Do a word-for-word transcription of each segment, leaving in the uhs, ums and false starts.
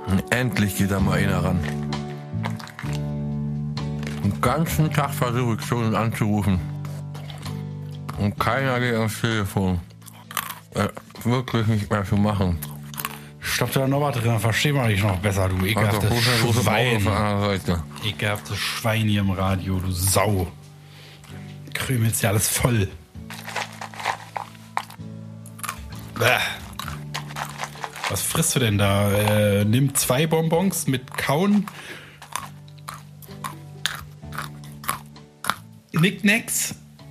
Und endlich geht da mal einer ran. Den ganzen Tag versuche ich schon anzurufen. Und keiner geht ans Telefon. Äh, wirklich nicht mehr zu machen. Stopp da noch was drin, dann verstehen wir dich noch besser, du ekelhaftes also, Schwein. Seite. Ekelhaftes Schwein hier im Radio, du Sau. Krümelst ja alles voll. Bäh. Was frisst du denn da? Äh, nimm zwei Bonbons mit Kauen. Nicknacks.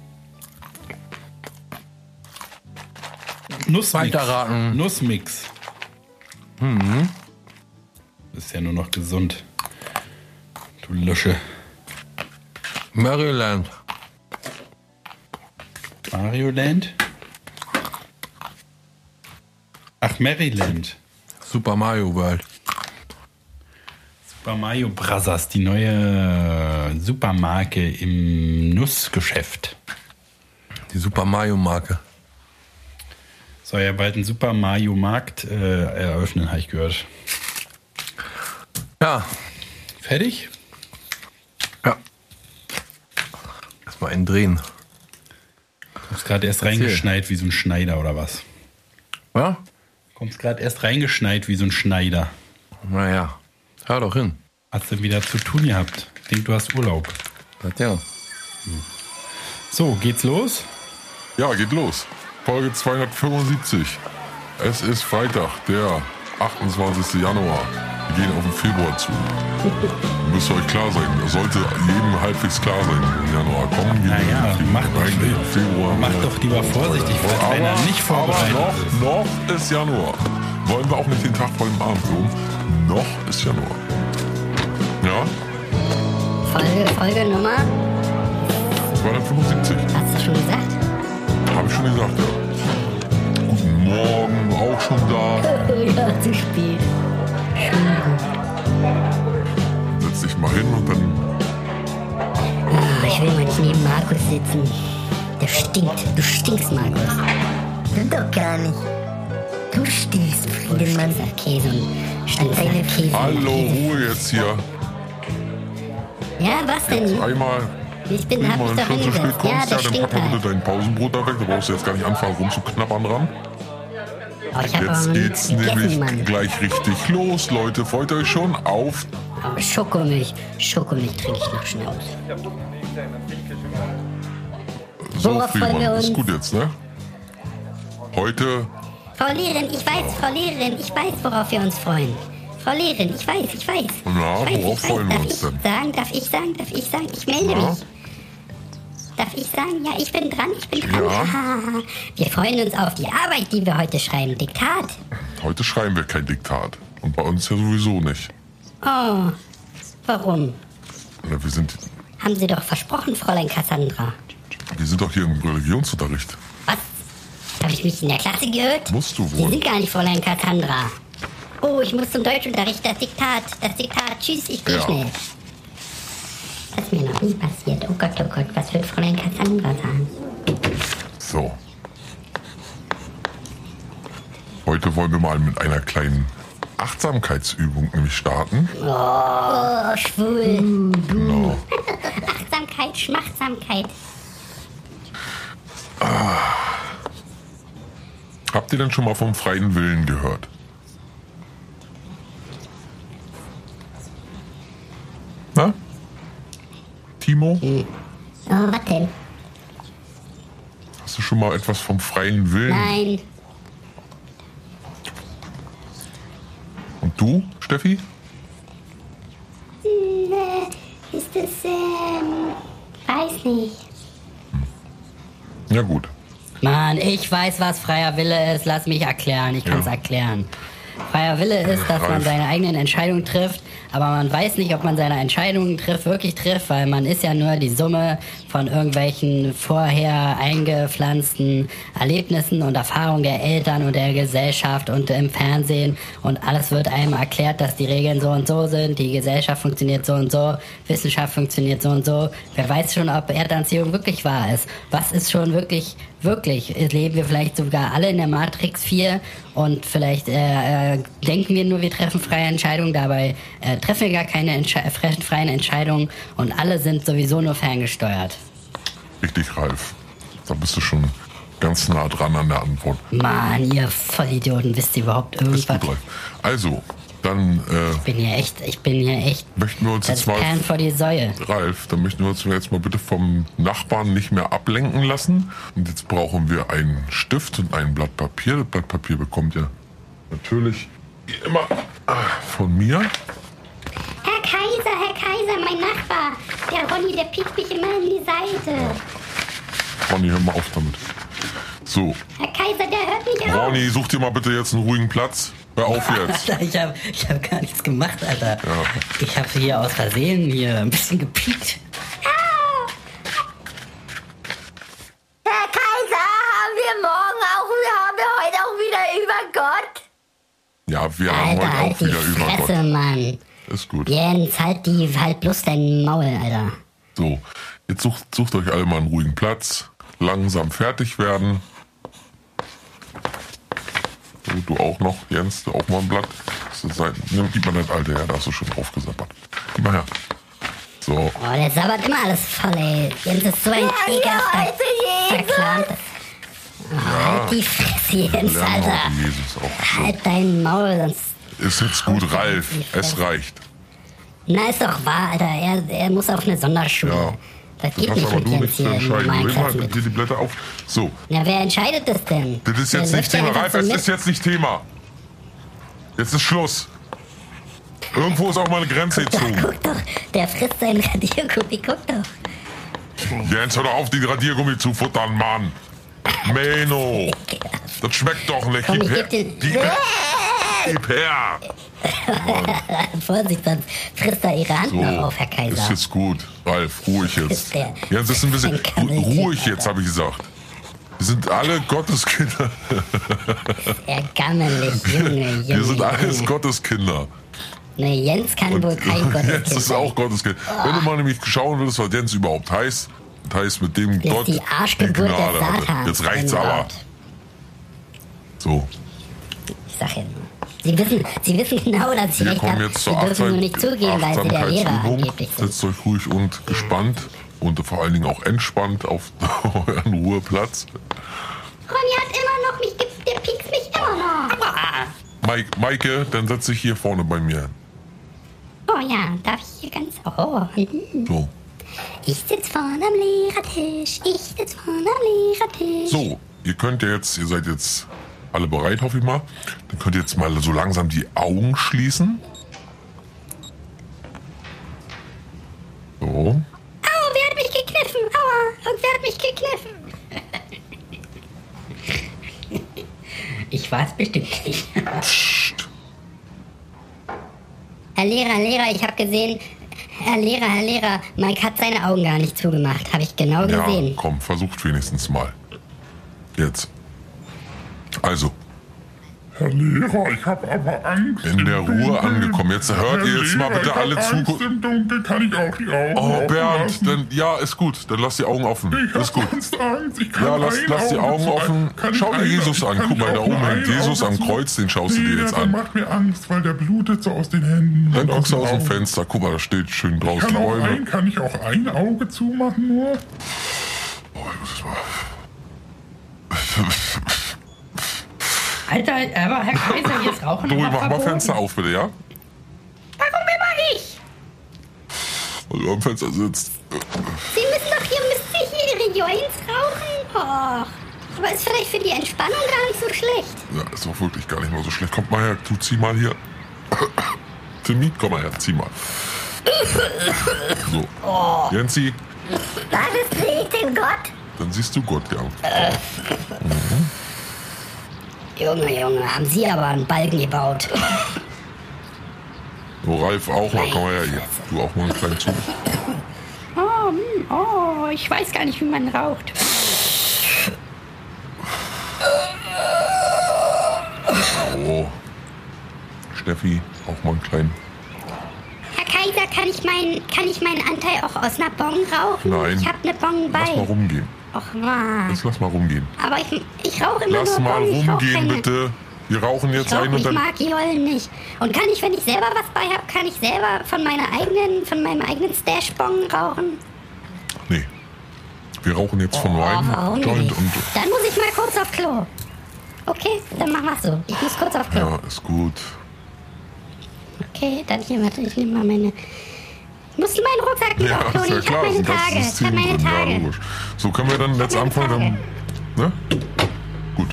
Nussmix. Weiterraten. Nussmix. Mhm. Das ist ja nur noch gesund. Du Lusche. Maryland. Mario Land? Ach, Maryland. Super Mario World. Super Mario Brothers, die neue Supermarke im Nussgeschäft. Die Super Mario Marke. Soll ja bald ein Super Mario Markt äh, eröffnen, habe ich gehört. Ja. Fertig? Ja. Erstmal einen drehen. Du kommst gerade erst reingeschneit wie so ein Schneider oder was? Ja? Du kommst gerade erst reingeschneit wie so ein Schneider. Naja, hör doch hin. Hast du wieder zu tun gehabt? Ich denke, du hast Urlaub. Das ja. So, geht's los? Ja, geht los. Folge zweihundertfünfundsiebzig. Es ist Freitag, der achtundzwanzigster Januar. Wir gehen auf den Februar zu. Müsste euch klar sein. Das sollte jedem halbwegs klar sein. Im Januar kommen wir. Naja, mach doch, im Februar. Mach doch lieber vorsichtig, falls einer nicht vorbereitet aber ist. noch, noch ist Januar. Wollen wir auch nicht den Tag vor dem Abend loben? Noch ist Januar. Ja? Folge, Folge Nummer? zweihundertfünfundsiebzig. Hast du schon gesagt? Habe ich schon gesagt, ja. Guten Morgen, auch schon da. Ja, zu spät. Setz dich mal hin und dann... Ah, ich will mal nicht neben Markus sitzen. Der stinkt. Du stinkst, Markus. Du doch gar nicht. Du stinkst, Friedemann. Käse und Stanzler Käse. Hallo, Ruhe jetzt hier. Ja, was denn? Einmal... Ich bin, hab mal mich doch schon zu spät hingesetzt. Ja, kommst, der ja, dann stinkt pack mal halt. bitte dein Pausenbrot da weg. Da brauchst du jetzt gar nicht anfangen rumzuknabbern dran. Oh, ich hab aber Jetzt noch geht's nichts gegessen, nämlich Mann. gleich richtig los, Leute. Freut euch schon auf. Oh, Schokomilch. Schokomilch trinke ich noch schnell aus. So, Worauf freuen wir Friedemann, ist uns? gut jetzt, ne? Heute, Frau Lehrerin, ich weiß, Frau Lehrerin, ich weiß, worauf wir uns freuen. Frau Lehrerin, ich weiß, ich weiß. Na, ich weiß, worauf ich freuen wir darf uns ich denn? Sagen, darf ich sagen, darf ich sagen, ich melde Ja? mich. Darf ich sagen, ja, ich bin dran, ich bin dran. Ja. Wir freuen uns auf die Arbeit, die wir heute schreiben. Diktat. heute schreiben wir kein Diktat. Und bei uns ja sowieso nicht. Oh, warum? Ja, wir, sind, Haben Sie doch versprochen, Fräulein Cassandra. wir sind doch hier im Religionsunterricht. Was? Habe ich mich in der Klasse geirrt? Musst du Sie wohl. sind gar nicht Fräulein Cassandra. Oh, ich muss zum Deutschunterricht, das Diktat, das Diktat. Tschüss, ich gehe Ja. schnell. Das ist mir noch nie passiert. Oh Gott, oh Gott, was wird Fräulein Cassandra sagen? So. Heute wollen wir mal mit einer kleinen Achtsamkeitsübung nämlich starten. Oh, schwul. Genau. Achtsamkeit, Schmachsamkeit. Habt ihr denn schon mal vom freien Willen gehört? Na? Timo, Oh, was denn? hast du schon mal etwas vom freien Willen? Nein. Und du, Steffi? Nee, ist das, ähm, weiß nicht. Ja gut. Mann, ich weiß, was freier Wille ist. Lass mich erklären. Ich kann es Ja. erklären. Freier Wille ist, dass man Ralf. seine eigenen Entscheidungen trifft, aber man weiß nicht, ob man seine Entscheidungen trifft, wirklich trifft, weil man ist ja nur die Summe von irgendwelchen vorher eingepflanzten Erlebnissen und Erfahrungen der Eltern und der Gesellschaft und im Fernsehen und alles wird einem erklärt, dass die Regeln so und so sind, die Gesellschaft funktioniert so und so, Wissenschaft funktioniert so und so. Wer weiß schon, ob Erdanziehung wirklich wahr ist? Was ist schon wirklich, wirklich? Leben wir vielleicht sogar alle in der Matrix vier und vielleicht äh, äh, denken wir nur, wir treffen freie Entscheidungen, dabei äh, treffen wir gar keine Entsche- äh, freien Entscheidungen und alle sind sowieso nur ferngesteuert. Richtig, Ralf. Da bist du schon ganz nah dran an der Antwort. Mann, ihr Vollidioten, wisst ihr überhaupt Ist irgendwas? gut, Ralf. Also, dann äh, Ich bin hier echt, ich bin hier echt möchten wir uns das jetzt mal... Perlen vor die Säue. Ralf, dann möchten wir uns jetzt mal bitte vom Nachbarn nicht mehr ablenken lassen. Und jetzt brauchen wir einen Stift und ein Blatt Papier. Das Blatt Papier bekommt ihr natürlich wie immer ah, von mir. Herr Kaiser, Herr Kaiser, mein Nachbar. Der Ronny, der piekt mich immer in die Seite. Ronny, hör mal auf damit. So, Herr Kaiser, der hört nicht auf. Ronny, such dir mal bitte jetzt einen ruhigen Platz. Hör auf jetzt. Alter, ich habe ich hab gar nichts gemacht, Alter. Ich habe hier aus Versehen hier ein bisschen gepiekt. Ah. Herr Kaiser, haben wir morgen auch, haben wir heute auch wieder über Gott? Ja, wir haben Alter, heute halt auch die wieder über Fresse, Gott. Mann. Ist gut. Jens, halt die, halt bloß dein Maul, Alter. So, jetzt sucht, sucht euch alle mal einen ruhigen Platz. Langsam fertig werden. So, du auch noch, Jens, du auch mal ein Blatt. So, sei, nimm, gib mal das alte her, da hast du schon drauf gesappert. Gib mal her. So, Oh, der sabbert immer alles voll, ey. Jens ist so ein ekelhafter, verklamter. Oh, halt die Fresse, Jens, lernen Alter. wir Jesus auch. So, Halt dein Maul, sonst... ist jetzt gut, Ralf. Es reicht. Na, ist doch wahr, Alter. Er, er muss auf eine Sonderschule. Ja. Das Du geht hast nicht aber mit du Jens nichts zu hier im entscheiden. normalen Nimm mal Klassen. dir die Blätter auf. So, Na, wer entscheidet das denn? das ist Der jetzt nicht läuft ja Thema. einfach Ralf, so es mit. ist jetzt nicht Thema. Jetzt ist Schluss. Irgendwo ist auch mal eine Grenze gezogen. Guck doch, der frisst seinen Radiergummi, guck doch. Jens, hör doch auf, die Radiergummi zu futtern, Mann. Meno. Das schmeckt doch nicht. Komm, Gib ich her. geb den... Gib her. Gib her. Vorsicht, sonst frisst er ihre Hand So, noch auf, Herr ist Kaiser. jetzt gut. Ralf, ruhig jetzt. Ist der- Jens, ist ein bisschen ein Kaninchen, ruhig jetzt, habe ich gesagt. Wir sind alle Gotteskinder. Er gammelig, Junge, Junge. Wir sind alles Junge. Gotteskinder. Ne, Jens kann wohl kein Gottes Jens ist auch Gotteskind. Wenn du mal nämlich schauen würdest, was Jens überhaupt heißt, das heißt mit dem Der ist Gott die Arschgeburt des Gnade hatte. Satans. Jetzt reicht's Genau. aber. So, Ich sag ja nur. Sie wissen, Sie wissen genau, dass ich wir recht kommen habe. jetzt Sie zur dürfen nur Achtsam nicht zugeben, weil Sie der Lehrer Achtsamkeitsübung. angeblich sind. Setzt euch ruhig und gespannt und vor allen Dingen auch entspannt auf euren Ruheplatz. Ronny hat immer noch mich, ge- der piekst mich immer noch. Mike, Maike, dann setz dich hier vorne bei mir hin. Oh ja, darf ich hier ganz... Oh. So. Ich sitz vorne am Lehrertisch, ich sitz vorne am Lehrertisch. So, ihr könnt ja jetzt, ihr seid jetzt alle bereit, hoffe ich mal. Dann könnt ihr jetzt mal so langsam die Augen schließen. So. Au, wer hat mich gekniffen? Aua, und wer hat mich gekniffen? Ich weiß bestimmt nicht. Psst. Herr Lehrer, Herr Lehrer, ich habe gesehen... Herr Lehrer, Herr Lehrer, Mike hat seine Augen gar nicht zugemacht. Habe ich genau Ja, gesehen. komm, versucht wenigstens mal. Jetzt. Also, Herr Lehrer, ich habe aber Angst. in im der Ruhe Dunkeln. angekommen. Jetzt hört Herr ihr jetzt mal Lehrer, bitte ich hab alle Angst, zu. im Dunkeln kann ich auch die Augen Oh, offen Bernd, lassen. dann, ja, ist gut. Dann lass die Augen offen. Ich Ist hab gut. Angst, Angst. Ich kann Ja, lass, ein lass die Auge Augen zu- offen. kann ich Schau dir ein- Jesus an. kann Guck ich mal, da auch oben nur hängt ein Jesus Auge am zu- Kreuz. Den schaust du Nee, dir jetzt der an. macht mir Angst, weil der blutet so aus den Händen. Dann und guckst du aus dem den Augen. Fenster. Guck mal, da steht schön draußen Kann, auch Bäume. ein, kann ich auch ein Auge zumachen nur? Oh, ich muss mal. Alter, aber Herr Kaiser, jetzt rauchen Dori, aber mach mal verboten. Fenster auf, bitte, ja? Warum immer ich? Weil du am Fenster sitzt. Sie müssen doch hier, müssen Sie hier Ihre Joints rauchen? Och. Aber ist vielleicht für die Entspannung gar nicht so schlecht. Ja, ist auch wirklich gar nicht mal so schlecht. Kommt mal her, du zieh mal hier. Timmy, komm mal her, zieh mal. So. Jensi, Was sehe ich denn Gott? dann siehst du Gott, ja. Junge, Junge, haben Sie aber einen Balken gebaut. So, Ralf auch mal, komm mal her hier. Du auch mal einen kleinen Zug. Oh, hm, oh, ich weiß gar nicht, wie man raucht. Oh. Steffi, auch mal einen kleinen. Herr Kaiser, kann ich, meinen, kann ich meinen Anteil auch aus einer Bong rauchen? Nein. Ich habe eine Bong bei. Lass mal rumgehen. Och, Mann. Jetzt lass mal rumgehen. Aber ich, ich rauche immer Lass nur mal Bong. Ich rauch rumgehen, keine. bitte. Wir rauchen jetzt Doch, ein und ich dann... mag Jollen nicht. Und kann ich, wenn ich selber was bei habe, kann ich selber von meiner eigenen, von meinem eigenen Stash-Bong rauchen? Nee. Wir rauchen jetzt von Oh, meinem warum Joint nicht? und... Dann muss ich mal kurz auf Klo. Okay, dann machen wir's so. Ich muss kurz auf Klo. Ja, ist gut. Okay, dann hier, warte, ich nehme mal meine... Ich muss meinen Rucksack mit Ja, auf Klo ist ja nehmen. Ich klar, hab meine sind Tage. ganze Ich hab Systeme meine drin, ja, Tage. logisch. So, können wir dann jetzt meine anfangen, dann... Ne? Gut.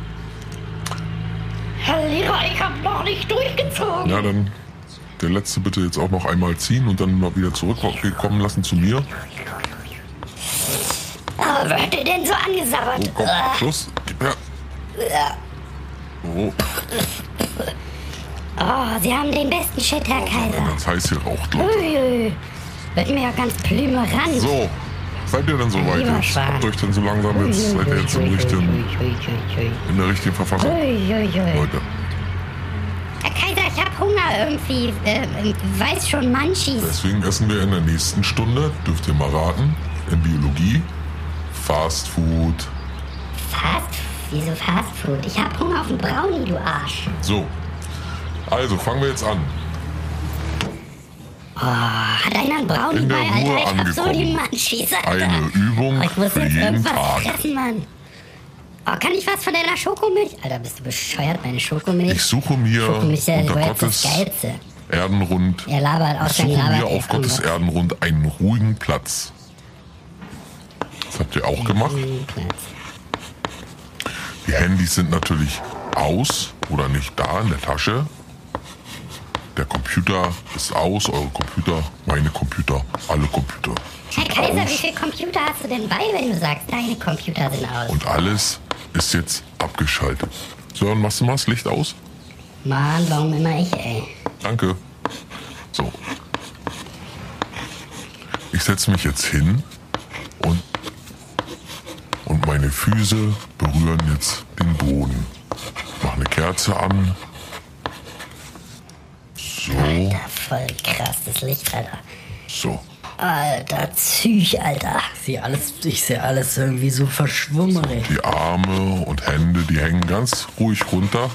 Herr Lehrer, ich hab noch nicht durchgezogen. Ja, dann der letzte bitte jetzt auch noch einmal ziehen und dann mal wieder zurückkommen lassen zu mir. Oh, wer hat dir denn so angesabbert? Oh, komm, Schluss. Ja. Oh, Oh, Sie haben den besten Shit, Herr Kaiser. ganz heiß hier raucht, Leute. Uiui. Wird mir ja ganz plümerant. So, seid ihr denn so weit Lieber jetzt? Schwan. Habt ihr euch denn so langsam jetzt, seid ihr jetzt im richtigen, in der richtigen Verfassung? Uiuiui. Leute, Herr Kaiser, ich hab Hunger irgendwie. Äh, weiß schon, Munchies. deswegen essen wir in der nächsten Stunde, dürft ihr mal raten, in Biologie, Fast Food. Fast? Wieso Fast Food? Ich hab Hunger auf einen Brownie, du Arsch. So, also fangen wir jetzt an. Hat einer einen Brownie In der bei, Ruhe Alter? Ich hab so die angekommen. Munchies, Alter. Eine Übung Oh, ich muss für jetzt jeden irgendwas Tag. fressen, Mann. Oh, kann ich was von deiner Schokomilch? Alter, bist du bescheuert, meine Schokomilch? Ich suche mir Schokomilch ist ja unter wohl jetzt das Gottes Geilste. Erdenrund, Er labert ich aus seinem suche Labert. mir auf Gottes Erdenrund einen ruhigen Platz. Das habt ihr auch gemacht. Die Handys sind natürlich aus oder nicht da in der Tasche. Der Computer ist aus, eure Computer, meine Computer, alle Computer Herr sind Kaiser, wie aus. viele Computer hast du denn bei, wenn du sagst, deine Computer sind aus? Und alles ist jetzt abgeschaltet. Sören, machst du mal das Licht aus? Mann, warum immer ich, ey? Danke. So. Ich setze mich jetzt hin und, und meine Füße berühren jetzt den Boden. Mach eine Kerze an. So, Alter, voll krass, das Licht, Alter. so. Alter, Züch, Alter. Ich sehe alles, ich sehe alles irgendwie so verschwummerig. Die Arme und Hände, die hängen ganz ruhig runter.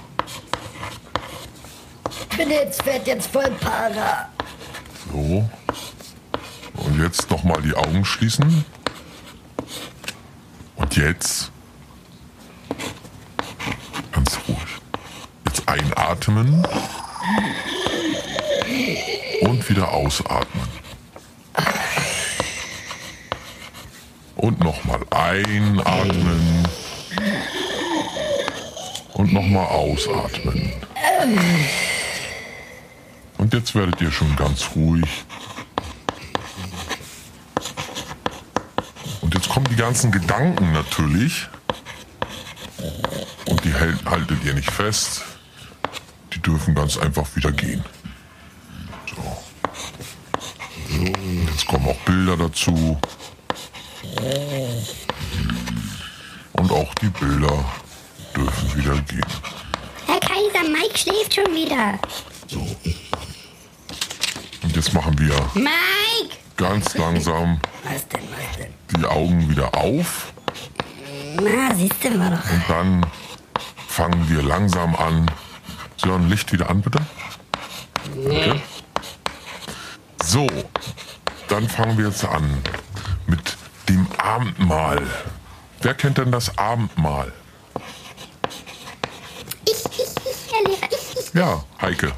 Ich bin jetzt, werd jetzt voll para. So. Und jetzt nochmal die Augen schließen. Und jetzt ganz ruhig. Jetzt einatmen. Und wieder ausatmen. Und nochmal einatmen. Und nochmal ausatmen. Und jetzt werdet ihr schon ganz ruhig. Und jetzt kommen die ganzen Gedanken natürlich. Und die hält, haltet ihr nicht fest. Die dürfen ganz einfach wieder gehen. So. So, und jetzt kommen auch Bilder dazu. Und auch die Bilder dürfen wieder gehen. Herr Kaiser, Mike schläft schon wieder. So. Und jetzt machen wir Mike! ganz langsam Was denn, was denn? die Augen wieder auf. Na, siehst du mal doch. Und dann fangen wir langsam an. Sören, Licht wieder an, bitte. Danke. So, dann fangen wir jetzt an mit dem Abendmahl. Wer kennt denn das Abendmahl? Ich, ich, ich, Herr Lehrer, ich, ich. Ja, Heike.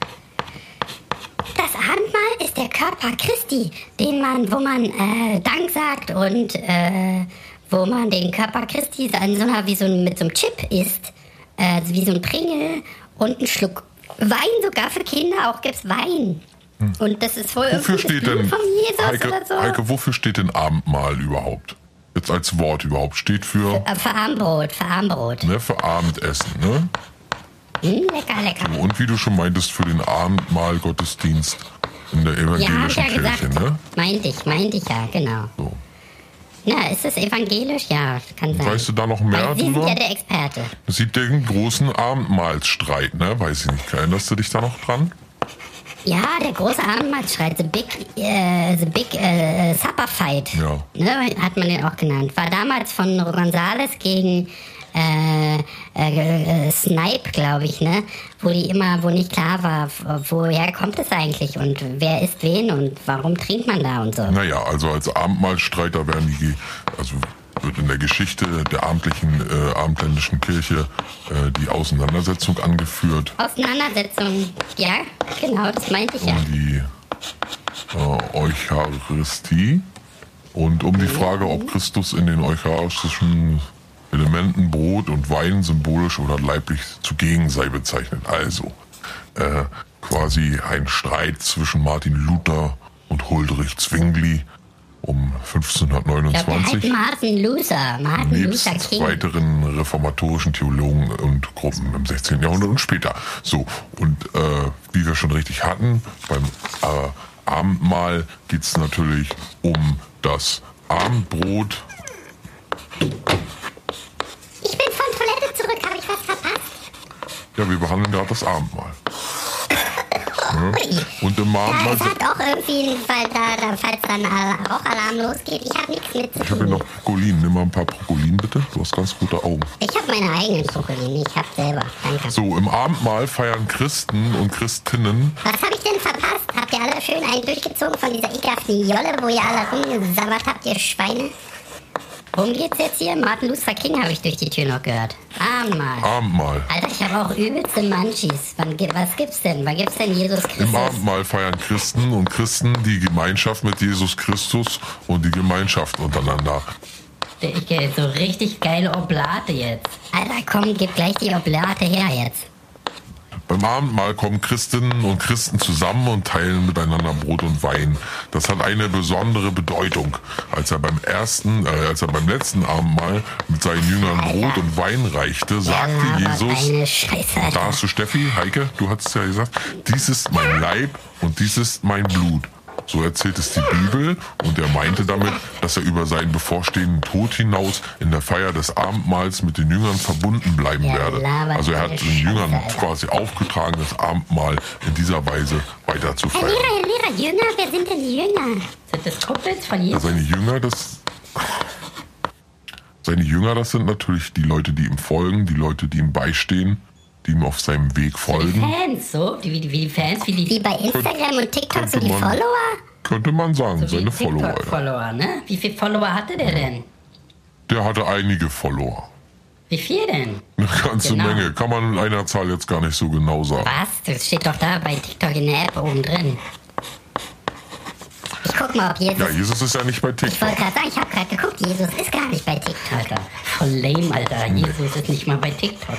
Das Abendmahl ist der Körper Christi, den man, wo man äh, Dank sagt und äh, wo man den Körper Christi in so einer, wie so ein, mit so einem Chip isst, äh, wie so ein Pringel und einen Schluck Wein, sogar für Kinder auch gibt's Wein. Und das ist wohl Wofür irgendwie das steht Blut denn, von Jesus Heike, oder so. Heike, wofür steht denn Abendmahl überhaupt? Jetzt als Wort überhaupt. Steht für, Äh, für Armbrot, für Armbrot. ne, für Abendessen, ne? Hm, lecker, lecker. Und wie du schon meintest, für den Abendmahl-Gottesdienst in der Ja, hab ich evangelischen ja Kirche, gesagt. ne? Meinte ich, meinte ich ja, genau. So. Na, ist es evangelisch? Ja, kann sein. Weißt du da noch mehr Weil Sie sind drüber? ja der Experte. Es gibt den großen Abendmahlsstreit, ne? Weiß ich nicht. Erinnerst du dich da noch dran? Ja, der große Abendmahlstreit, the big, äh, the big äh, Supper Fight, Ja. ne, hat man den auch genannt. War damals von González gegen äh, äh, Snipe, glaube ich, ne? Wo die immer, wo nicht klar war, woher kommt es eigentlich und wer isst wen und warum trinkt man da und so. Naja, also als Abendmahlstreiter werden die, also wird in der Geschichte der abendlichen, äh, abendländischen Kirche äh, die Auseinandersetzung angeführt. Auseinandersetzung, ja, genau, das meinte ich ja. Um die äh, Eucharistie und um die Frage, ob Christus in den eucharistischen Elementen Brot und Wein symbolisch oder leiblich zugegen sei bezeichnet. Also äh, quasi ein Streit zwischen Martin Luther und Huldrych Zwingli um fünfzehnhundertneunundzwanzig. Ja, Martin Luther, Martin Nebst Luther King. weiteren reformatorischen Theologen und Gruppen im sechzehnten. Jahrhundert und später. So, und äh, wie wir schon richtig hatten, beim äh, Abendmahl geht es natürlich um das Abendbrot. Ich bin von Toilette zurück, habe ich was verpasst? Ja, wir behandeln gerade das Abendmahl. Ja. Und im Ja, Abendmahl... es hat auch irgendwie einen Fall da, da falls dann ein Rauchalarm losgeht. Ich habe nichts mit zu Ich habe hier tun. noch Prokolin. Nimm mal ein paar Prokolin, bitte. Du hast ganz gute Augen. Ich habe meine eigenen Prokolin, ich habe selber. Danke. So, im Abendmahl feiern Christen und Christinnen... Was habe ich denn verpasst? Habt ihr alle schön einen durchgezogen von dieser ekelhaften Jolle, wo ihr alle rumgesabbert habt, ihr Schweine? Worum geht's jetzt hier? Martin Luther King habe ich durch die Tür noch gehört. Abendmahl. Abendmahl. Alter, ich habe auch übelste Munchies. Wann, gi- was gibt's denn? Wann gibt's denn Jesus Im Christus? Abendmahl feiern Christen und Christen die Gemeinschaft mit Jesus Christus und die Gemeinschaft untereinander. Ich gehe so richtig geile Oblate jetzt. Alter, komm, gib gleich die Oblate her jetzt. Beim Abendmahl kommen Christinnen und Christen zusammen und teilen miteinander Brot und Wein. Das hat eine besondere Bedeutung. Als er beim ersten, äh, als er beim letzten Abendmahl mit seinen Jüngern Brot und Wein reichte, sagte Ja, aber Jesus, eine Scheiße, Alter. da hast du Steffi, Heike, du hattest ja gesagt, dies ist mein Leib und dies ist mein Blut. So erzählt es die Bibel und er meinte damit, dass er über seinen bevorstehenden Tod hinaus in der Feier des Abendmahls mit den Jüngern verbunden bleiben Ja, werde. labert Also er hat eine den Jüngern Scheiße, Alter. quasi aufgetragen, das Abendmahl in dieser Weise weiter zu Herr feiern. Lehrer, Herr Lehrer, Jünger, wer sind denn die Jünger? Sind das Kumpels von Ja, Jesus? seine Jünger, das... Seine Jünger, das sind natürlich die Leute, die ihm folgen, die Leute, die ihm beistehen, die ihm auf seinem Weg Die folgen. Fans, so? Wie, wie, wie die Fans, wie die, Wie bei Instagram und TikTok so könnte die man- Follower? Könnte man sagen, so wie seine Follower. Ja. TikTok-Follower, ne? Wie viele Follower hatte der denn? Der hatte einige Follower. Wie viel denn? Eine ganze Genau. Menge. Kann man in einer Zahl jetzt gar nicht so genau sagen. Was? Das steht doch da bei TikTok in der App oben drin. Ich guck mal, ob Jesus... Ja, Jesus ist ja nicht bei Ich wollte TikTok. gerade sagen, ich habe gerade geguckt, Jesus ist gar nicht bei TikTok. Alter, voll lame, Alter. Jesus ist nicht mal bei TikTok.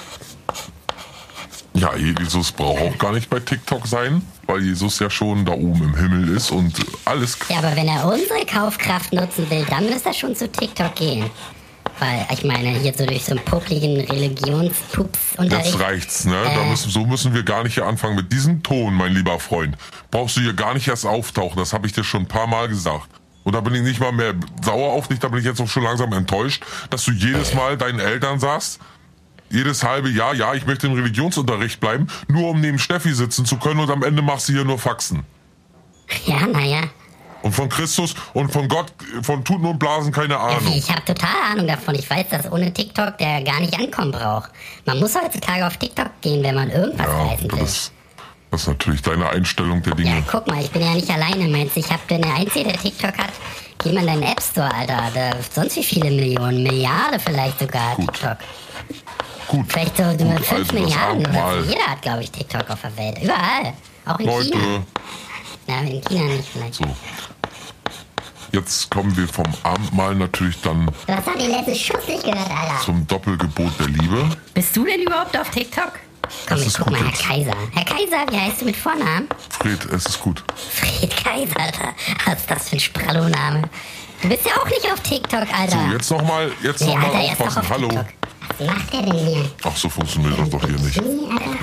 Ja, Jesus braucht auch gar nicht bei TikTok sein, weil Jesus ja schon da oben im Himmel ist und alles. Ja, aber wenn er unsere Kaufkraft nutzen will, dann müsste er schon zu TikTok gehen. Weil, ich meine, hier so durch so einen publiken Religionspups-Unterricht... Jetzt reicht's, ne? Da Äh. müssen, so müssen wir gar nicht hier anfangen. Mit diesem Ton, mein lieber Freund, brauchst du hier gar nicht erst auftauchen. Das habe ich dir schon ein paar Mal gesagt. Und da bin ich nicht mal mehr sauer auf dich, da bin ich jetzt auch schon langsam enttäuscht, dass du jedes Mal deinen Eltern sagst, jedes halbe Jahr, ja, ich möchte im Religionsunterricht bleiben, nur um neben Steffi sitzen zu können und am Ende machst du hier nur Faxen. Ja, naja. Und von Christus und von Gott, von Tuten und Blasen keine Ahnung. Ich habe total Ahnung davon. Ich weiß, dass ohne TikTok der gar nicht ankommen braucht. Man muss heutzutage auf TikTok gehen, wenn man irgendwas Ja, reißen will. das, das ist natürlich deine Einstellung der Ja, Dinge. guck mal, ich bin ja nicht alleine. Meinst du, ich hab, bin der Einzige, der TikTok hat? Geh mal in deinen App Store, Alter. Da, sonst wie viele Millionen, Milliarden vielleicht sogar Gut. TikTok. Gut, Vielleicht so nur Gut, fünf also das Milliarden. Abendmahl. Oder so. Jeder hat, glaube ich, TikTok auf der Welt. Überall. Auch in Leute, China. Na, in China nicht vielleicht. so. Jetzt kommen wir vom Abendmahl natürlich dann Du hast doch den letzten Schuss nicht gehört, Alter. zum Doppelgebot der Liebe. Bist du denn überhaupt auf TikTok? Komm, das ich ist guck gut mal, Herr jetzt. Kaiser. Herr Kaiser, wie heißt du mit Vornamen? Fred, es ist gut. Fred Kaiser, Alter. Was ist das für ein Sprallo-Name? Du bist ja auch nicht auf TikTok, Alter. So, jetzt nochmal jetzt Nee, noch mal Alter, er ist doch aufpassen. auf Hallo. TikTok. Was macht der denn hier? Ach, so funktioniert das doch hier nicht. Nee, Alter.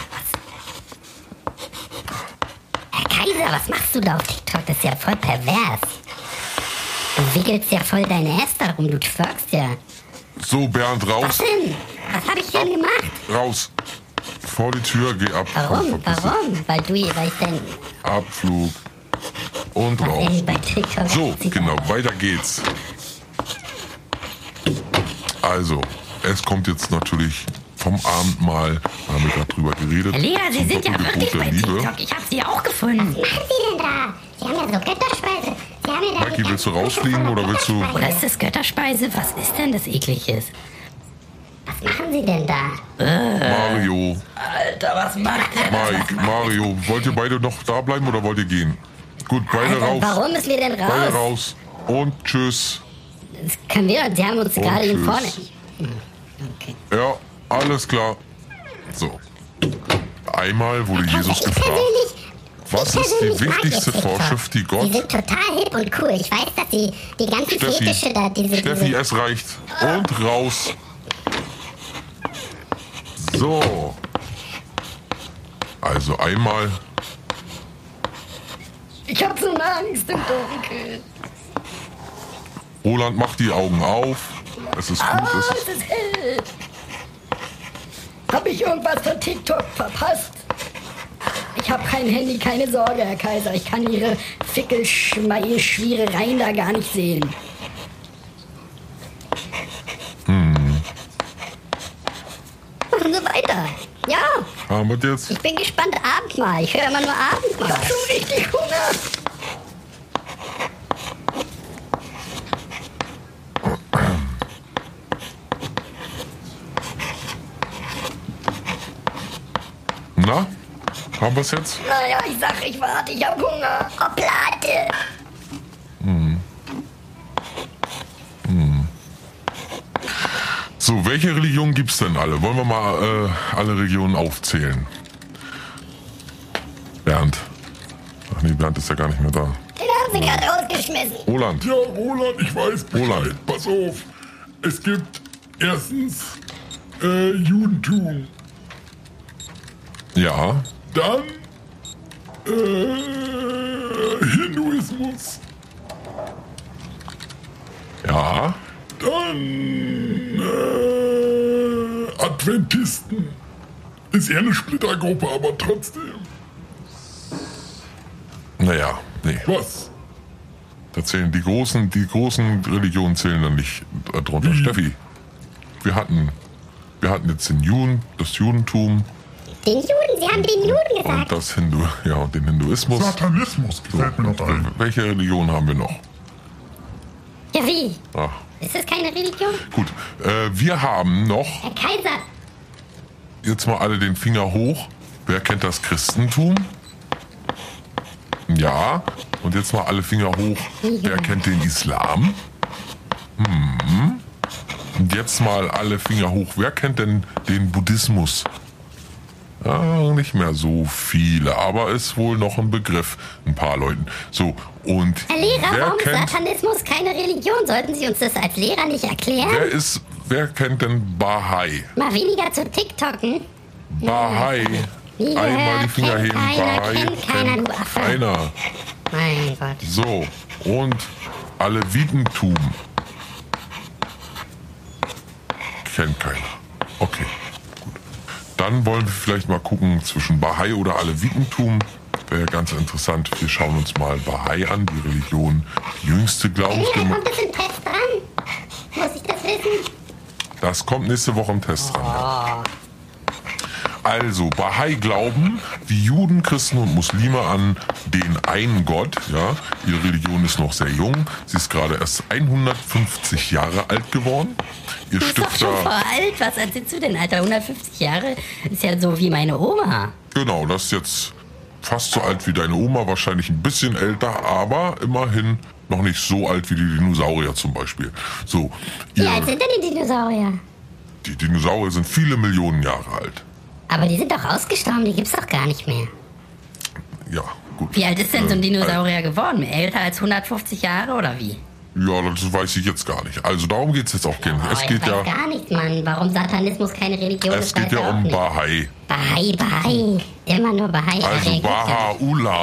Herr Kaiser, was machst du da auf TikTok? Das ist ja voll pervers. Du wickelst ja voll deine Ass da rum, du twerkst ja. So, Bernd, Was raus. denn? Was hab ich denn gemacht? Raus. Vor die Tür, geh ab. Komm, Warum? verpiss dich. Warum? Weil du, weil ich denn, Abflug. Und was raus. denn bei TikTok So, aussieht, genau, Alter. weiter geht's. Also, es kommt jetzt natürlich vom Abendmahl, da haben wir gerade drüber geredet. Herr Lehrer, Sie zum sind ja Doppelgebot wirklich der bei Liebe. TikTok. Ich habe Sie auch gefunden. Was machen Sie denn da? Sie haben ja so Götterspeise. Sie haben ja da Mikey, willst du rausfliegen oder willst du... Oder ist das Götterspeise? Was ist denn das Ekliges? Was machen Sie denn da? Mario, Alter, was macht der? Mike, Mario, wollt ihr beide noch da bleiben oder wollt ihr gehen? Gut, beide Alter, raus. warum müssen wir denn Beide raus? raus. Und tschüss. Das können wir, Sie haben uns gerade hier tschüss. vorne. Okay. Ja, alles klar. So. Einmal wurde Jesus ich gefragt, persönlich, was ich ist die persönlich mag wichtigste jetzt TikTok. Vorschrift, die Sie Gott... sind total hip und cool. Ich weiß, dass Sie die ganzen Steffi, Fetische da, diese... Steffi, diese es reicht. Und raus. So. Also einmal... Ich hab so eine Angst im Dunkeln. Roland, mach die Augen auf. Es ist gut, Oh, es ist... es ist hell. Hab ich irgendwas von TikTok verpasst? Ich hab kein Handy, keine Sorge, Herr Kaiser. Ich kann Ihre Fickelschwierereien da gar nicht sehen. Machen Sie weiter. Ja, Haben wir jetzt? ich bin gespannt. Abendmahl. Ich höre immer nur Abendmahl. Ich hab schon richtig Hunger. Na? Haben wir es jetzt? Naja, ich sag, ich warte, ich hab Hunger. Oblate. So, welche Religion gibt's denn alle? Wollen wir mal äh, alle Religionen aufzählen? Bernd. Ach nee, Bernd ist ja gar nicht mehr da. Den haben Sie gerade rausgeschmissen. Roland. Ja, Roland, ich weiß Bescheid. Roland. Pass auf. Es gibt erstens äh, Judentum. Ja. Dann äh, Hinduismus. Ja. Dann äh, Adventisten. Ist eher eine Splittergruppe, aber trotzdem. Naja, nee. Was? Da zählen die großen, die großen Religionen zählen dann nicht äh, drunter. Steffi, wir hatten, wir hatten jetzt den Juden, das Judentum Den Juden, Sie haben den Juden und gesagt. das Hindu, ja, und den Hinduismus. Satanismus gefällt mir noch ein. Welche Religion haben wir noch? Ja, wie? Ach, Ist das keine Religion? gut. Äh, wir haben noch, Herr Kaiser, jetzt mal alle den Finger hoch. Wer kennt das Christentum? Ja. Und jetzt mal alle Finger hoch. Wer kennt den Islam? Hm. Und jetzt mal alle Finger hoch. Wer kennt denn den Buddhismus? Ah, nicht mehr so viele, aber ist wohl noch ein Begriff, ein paar Leuten. So, und Herr Lehrer, wer warum ist kennt, Satanismus keine Religion? Sollten Sie uns das als Lehrer nicht erklären? wer ist, wer kennt denn Bahai? Mal weniger zu TikToken. Bahai. Wie Einmal die gehört, Finger kennt heben. keiner, Bahai kennt keiner, kennt du Affe. keiner. Mein Gott. So, und Alevitentum. Kennt keiner. Okay, gut. Dann wollen wir vielleicht mal gucken zwischen Bahai oder Alevitentum. Wäre ganz interessant. Wir schauen uns mal Bahai an, die Religion, die jüngste Lehrer, Glaubensgemeinschaft. kommt das im Test dran? Muss ich das wissen? Das kommt nächste Woche im Test dran. Also, Bahai glauben wie Juden, Christen und Muslime an den einen Gott. Ja, ihre Religion ist noch sehr jung. Sie ist gerade erst hundertfünfzig Jahre alt geworden. Ihr Du bist doch schon Stifter, voll alt. Was erzählst du denn, Alter? hundertfünfzig Jahre ist ja so wie meine Oma. genau, das ist jetzt fast so alt wie deine Oma, wahrscheinlich ein bisschen älter, aber immerhin noch nicht so alt wie die Dinosaurier zum Beispiel. So, Wie ihr, alt sind denn die Dinosaurier? die Dinosaurier sind viele Millionen Jahre alt. Aber die sind doch ausgestorben, die gibt's doch gar nicht mehr. Ja, gut. Wie alt ist denn so ein Ähm, Dinosaurier geworden? Älter als hundertfünfzig Jahre oder wie? Ja, das weiß ich jetzt gar nicht. Also darum geht es jetzt auch gar nicht. Oh, Es ich geht weiß ja, gar nicht, Mann. Warum Satanismus keine Religion es ist, geht weiß ja er auch um nicht. Bahai. Bahai, Bahai. Immer nur Bahai. Also Der geht gar nicht. Baha'u'llah.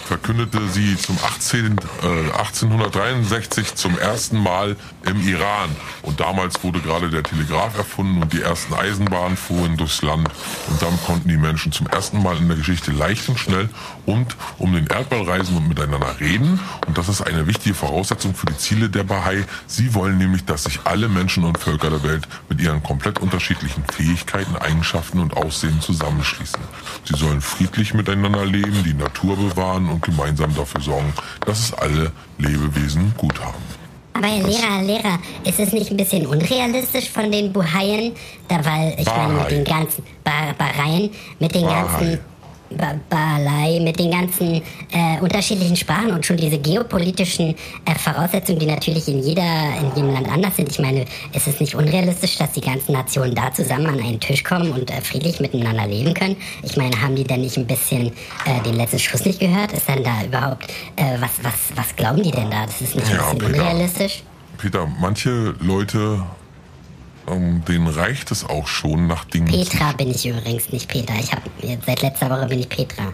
verkündete sie zum achtzehnten, äh, achtzehnhundertdreiundsechzig zum ersten Mal im Iran. Und damals wurde gerade der Telegraph erfunden und die ersten Eisenbahnen fuhren durchs Land. Und damit konnten die Menschen zum ersten Mal in der Geschichte leicht und schnell und um den Erdball reisen und miteinander reden. Und das ist eine wichtige Voraussetzung für die Ziele der Bahai. Sie wollen nämlich, dass sich alle Menschen und Völker der Welt mit ihren komplett unterschiedlichen Fähigkeiten, Eigenschaften und Aussehen zusammenschließen. Sie sollen friedlich miteinander leben, die Natur bewahren und gemeinsam dafür sorgen, dass es alle Lebewesen gut haben. Aber Herr Lehrer, Herr Lehrer, ist es nicht ein bisschen unrealistisch von den Buhaien? Da, weil, ich meine, mit den ganzen Bar Bahraien, mit den Bahai. ganzen ba Balei, mit den ganzen äh, unterschiedlichen Sprachen und schon diese geopolitischen äh, Voraussetzungen, die natürlich in jeder, in jedem Land anders sind. Ich meine, ist es nicht unrealistisch, dass die ganzen Nationen da zusammen an einen Tisch kommen und äh, friedlich miteinander leben können? Ich meine, haben die denn nicht ein bisschen äh, den letzten Schuss nicht gehört? Ist dann da überhaupt, äh, was, was, was glauben die denn da? Das ist nicht ein Ja, bisschen Peter. unrealistisch? Peter, manche Leute, ähm, denen reicht es auch schon nach Dingen zu Petra bin ich übrigens, nicht Peter. Ich habe seit letzter Woche bin ich Petra.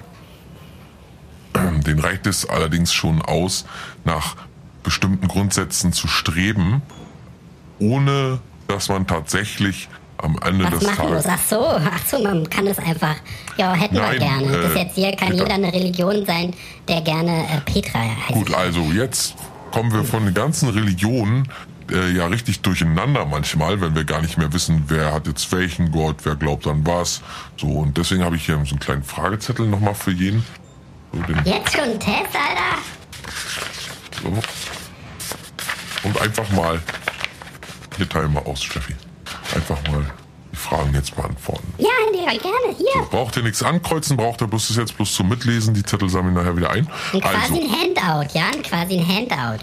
Den reicht es allerdings schon aus, nach bestimmten Grundsätzen zu streben, ohne dass man tatsächlich am Ende Was des machen muss? Tages... Ach so, ach so, man kann es einfach. Ja, hätten wir Nein, gerne. äh, Bis jetzt hier kann Peter. jeder eine Religion sein, der gerne äh, Petra heißt. Gut, also jetzt kommen wir von den ganzen Religionen äh, ja richtig durcheinander manchmal, wenn wir gar nicht mehr wissen, wer hat jetzt welchen Gott, wer glaubt an was. So, und deswegen habe ich hier so einen kleinen Fragezettel nochmal für jeden. So, den, Jetzt schon ein Test, Alter? so. Und einfach mal, hier teil mal aus, Steffi. Einfach mal die Fragen jetzt beantworten. Ja, Lehrer, gerne. Hier. So, braucht ihr nichts ankreuzen, braucht ihr bloß das jetzt bloß zum Mitlesen. Die Zettel sammeln nachher wieder ein. Ein quasi Also, ein Handout, ja? Ein quasi ein Handout.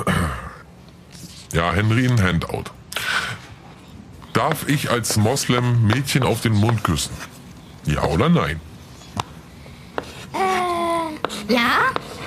ja, Henry, ein Handout. Darf ich als Moslem Mädchen auf den Mund küssen? Ja oder nein? Ja,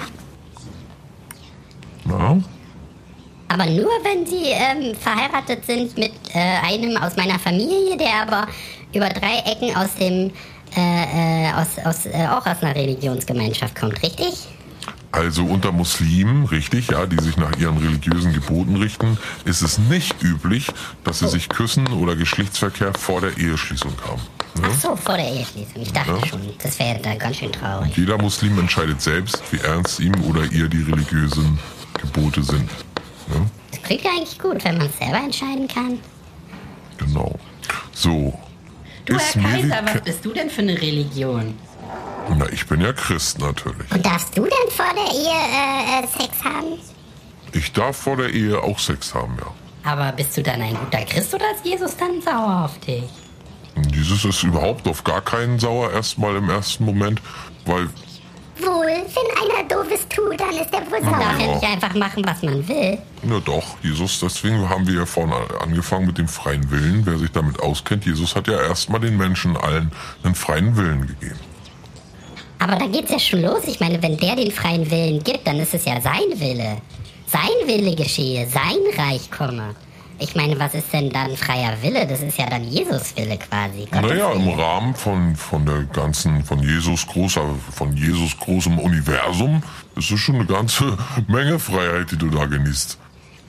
Na? aber nur wenn sie ähm, verheiratet sind mit äh, einem aus meiner Familie, der aber über drei Ecken aus dem, äh, äh, aus, aus, äh, auch aus einer Religionsgemeinschaft kommt, richtig? Also unter Muslimen, richtig, ja, die sich nach ihren religiösen Geboten richten, ist es nicht üblich, dass sie sich küssen oder Geschlechtsverkehr vor der Eheschließung haben. Ne? Ach so, vor der Eheschließung. Ich dachte Ja. schon, das wäre dann ganz schön traurig. Jeder Muslim entscheidet selbst, wie ernst ihm oder ihr die religiösen Gebote sind. Ne? Das klingt ja eigentlich gut, wenn man es selber entscheiden kann. Genau. So. Du, Ist Herr Kaiser, Medika- was bist du denn für eine Religion? Na, ich bin ja Christ natürlich. Und darfst du denn vor der Ehe äh, äh, Sex haben? Ich darf vor der Ehe auch Sex haben, ja. Aber bist du dann ein guter Christ oder ist Jesus dann sauer auf dich? Und dieses ist überhaupt auf gar keinen sauer, erstmal im ersten Moment, weil Wohl, wenn einer Doofes tut, dann ist der wohl sauer. Man darf ja nicht einfach machen, was man will. Na doch, Jesus, deswegen haben wir ja vorne angefangen mit dem freien Willen. Wer sich damit auskennt, Jesus hat ja erstmal den Menschen allen einen freien Willen gegeben. Aber da geht's ja schon los. Ich meine, wenn der den freien Willen gibt, dann ist es ja sein Wille. Sein Wille geschehe, sein Reich komme. Ich meine, was ist denn dann freier Wille? Das ist ja dann Jesus Wille quasi. Gottes Naja, im Wille. Rahmen von, von der ganzen, von Jesus großer, von Jesus großem Universum ist es schon eine ganze Menge Freiheit, die du da genießt.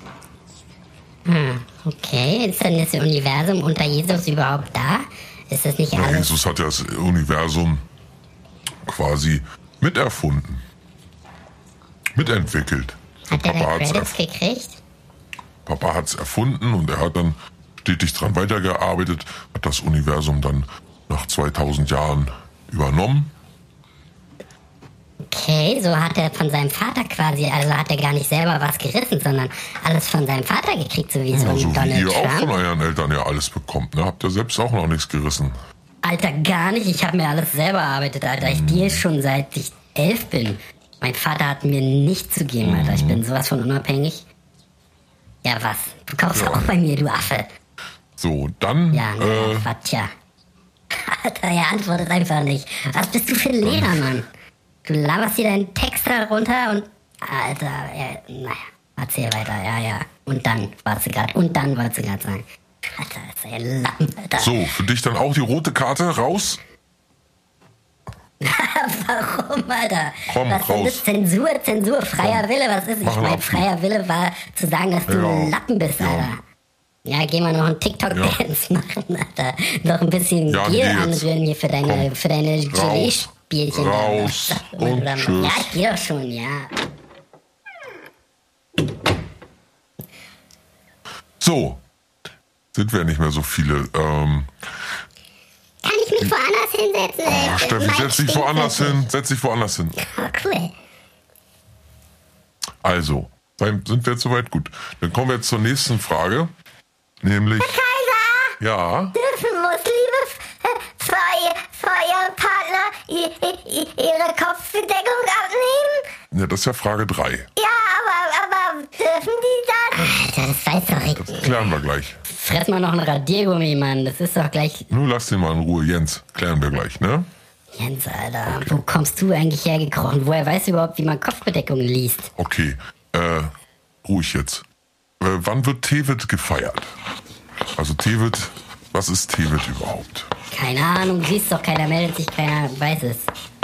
Okay, ist dann das Universum unter Jesus überhaupt da? Ist das nicht Na, alles? Jesus hat ja das Universum quasi miterfunden, mitentwickelt. Hat er da hat's Credits erf- gekriegt? Papa hat es erfunden und er hat dann stetig dran weitergearbeitet, hat das Universum dann nach zweitausend Jahren übernommen. Okay, so hat er von seinem Vater quasi, also hat er gar nicht selber was gerissen, sondern alles von seinem Vater gekriegt, so wie so Ja, ein so wie Donald ihr auch von Trump. euren Eltern ja alles bekommt. Ne? Habt ihr selbst auch noch nichts gerissen. Alter, gar nicht. Ich habe mir alles selber erarbeitet, Alter. Ich deal schon seit ich elf bin. Mein Vater hat mir nichts zu geben, Alter. Ich bin sowas von unabhängig. Ja, was? Du kaufst Ja. auch bei mir, du Affe. So, dann, Ja, na, äh, Quatsch, ja. Alter, er antwortet einfach nicht. Was bist du für ein Lehrer, Mann? Du laberst dir deinen Text da runter und... Alter, ja, naja, erzähl weiter, ja, ja. Und dann, wolltest du gerade, und dann wolltest du gerade sagen. Alter, das ist ja Lappen, Alter. so, für dich dann auch die rote Karte raus. Warum, Alter? Komm, was raus. ist Zensur, Zensur, freier Komm. Wille, was ist? Mach Ich einen mein, Abflug. freier Wille war zu sagen, dass du Ja. ein Lappen bist, Ja. Alter. Ja, geh mal noch einen TikTok-Dance machen, Alter. Noch ein bisschen Jan, Gel geh jetzt. anrühren hier für deine, Komm. für deine Raus. Gelee-Spielchen. da. Raus. Und Oder- tschüss. Ja, geh doch schon, ja. So, sind wir nicht mehr so viele. Ähm, Kann ich mich woanders hinsetzen? ey? ach, Steffi, Mein setz dich stinkt woanders wirklich. hin. Setz dich woanders hin. Oh, cool. Also, dann sind wir jetzt soweit gut. Dann kommen wir jetzt zur nächsten Frage. Nämlich, Kaiser! ja, Dürfen Muslime f- äh, vor, ihr, vor ihrem Partner i- i- i- ihre Kopfbedeckung abnehmen? ja, das ist ja Frage drei. Ja, aber, aber dürfen die das? Alter, das weiß doch Das ich. klären wir gleich. Fress mal noch ein Radiergummi, Mann. Das ist doch gleich... Nur lass den mal in Ruhe. Jens, klären wir gleich, ne? Jens, Alter, wo kommst du eigentlich hergekrochen? Woher weißt du überhaupt, wie man Kopfbedeckung liest? Okay, äh, ruhig jetzt. Äh, wann wird Tevet gefeiert? Also Tevet, was ist Tevet überhaupt? Keine Ahnung, siehst doch, keiner meldet sich, keiner weiß es.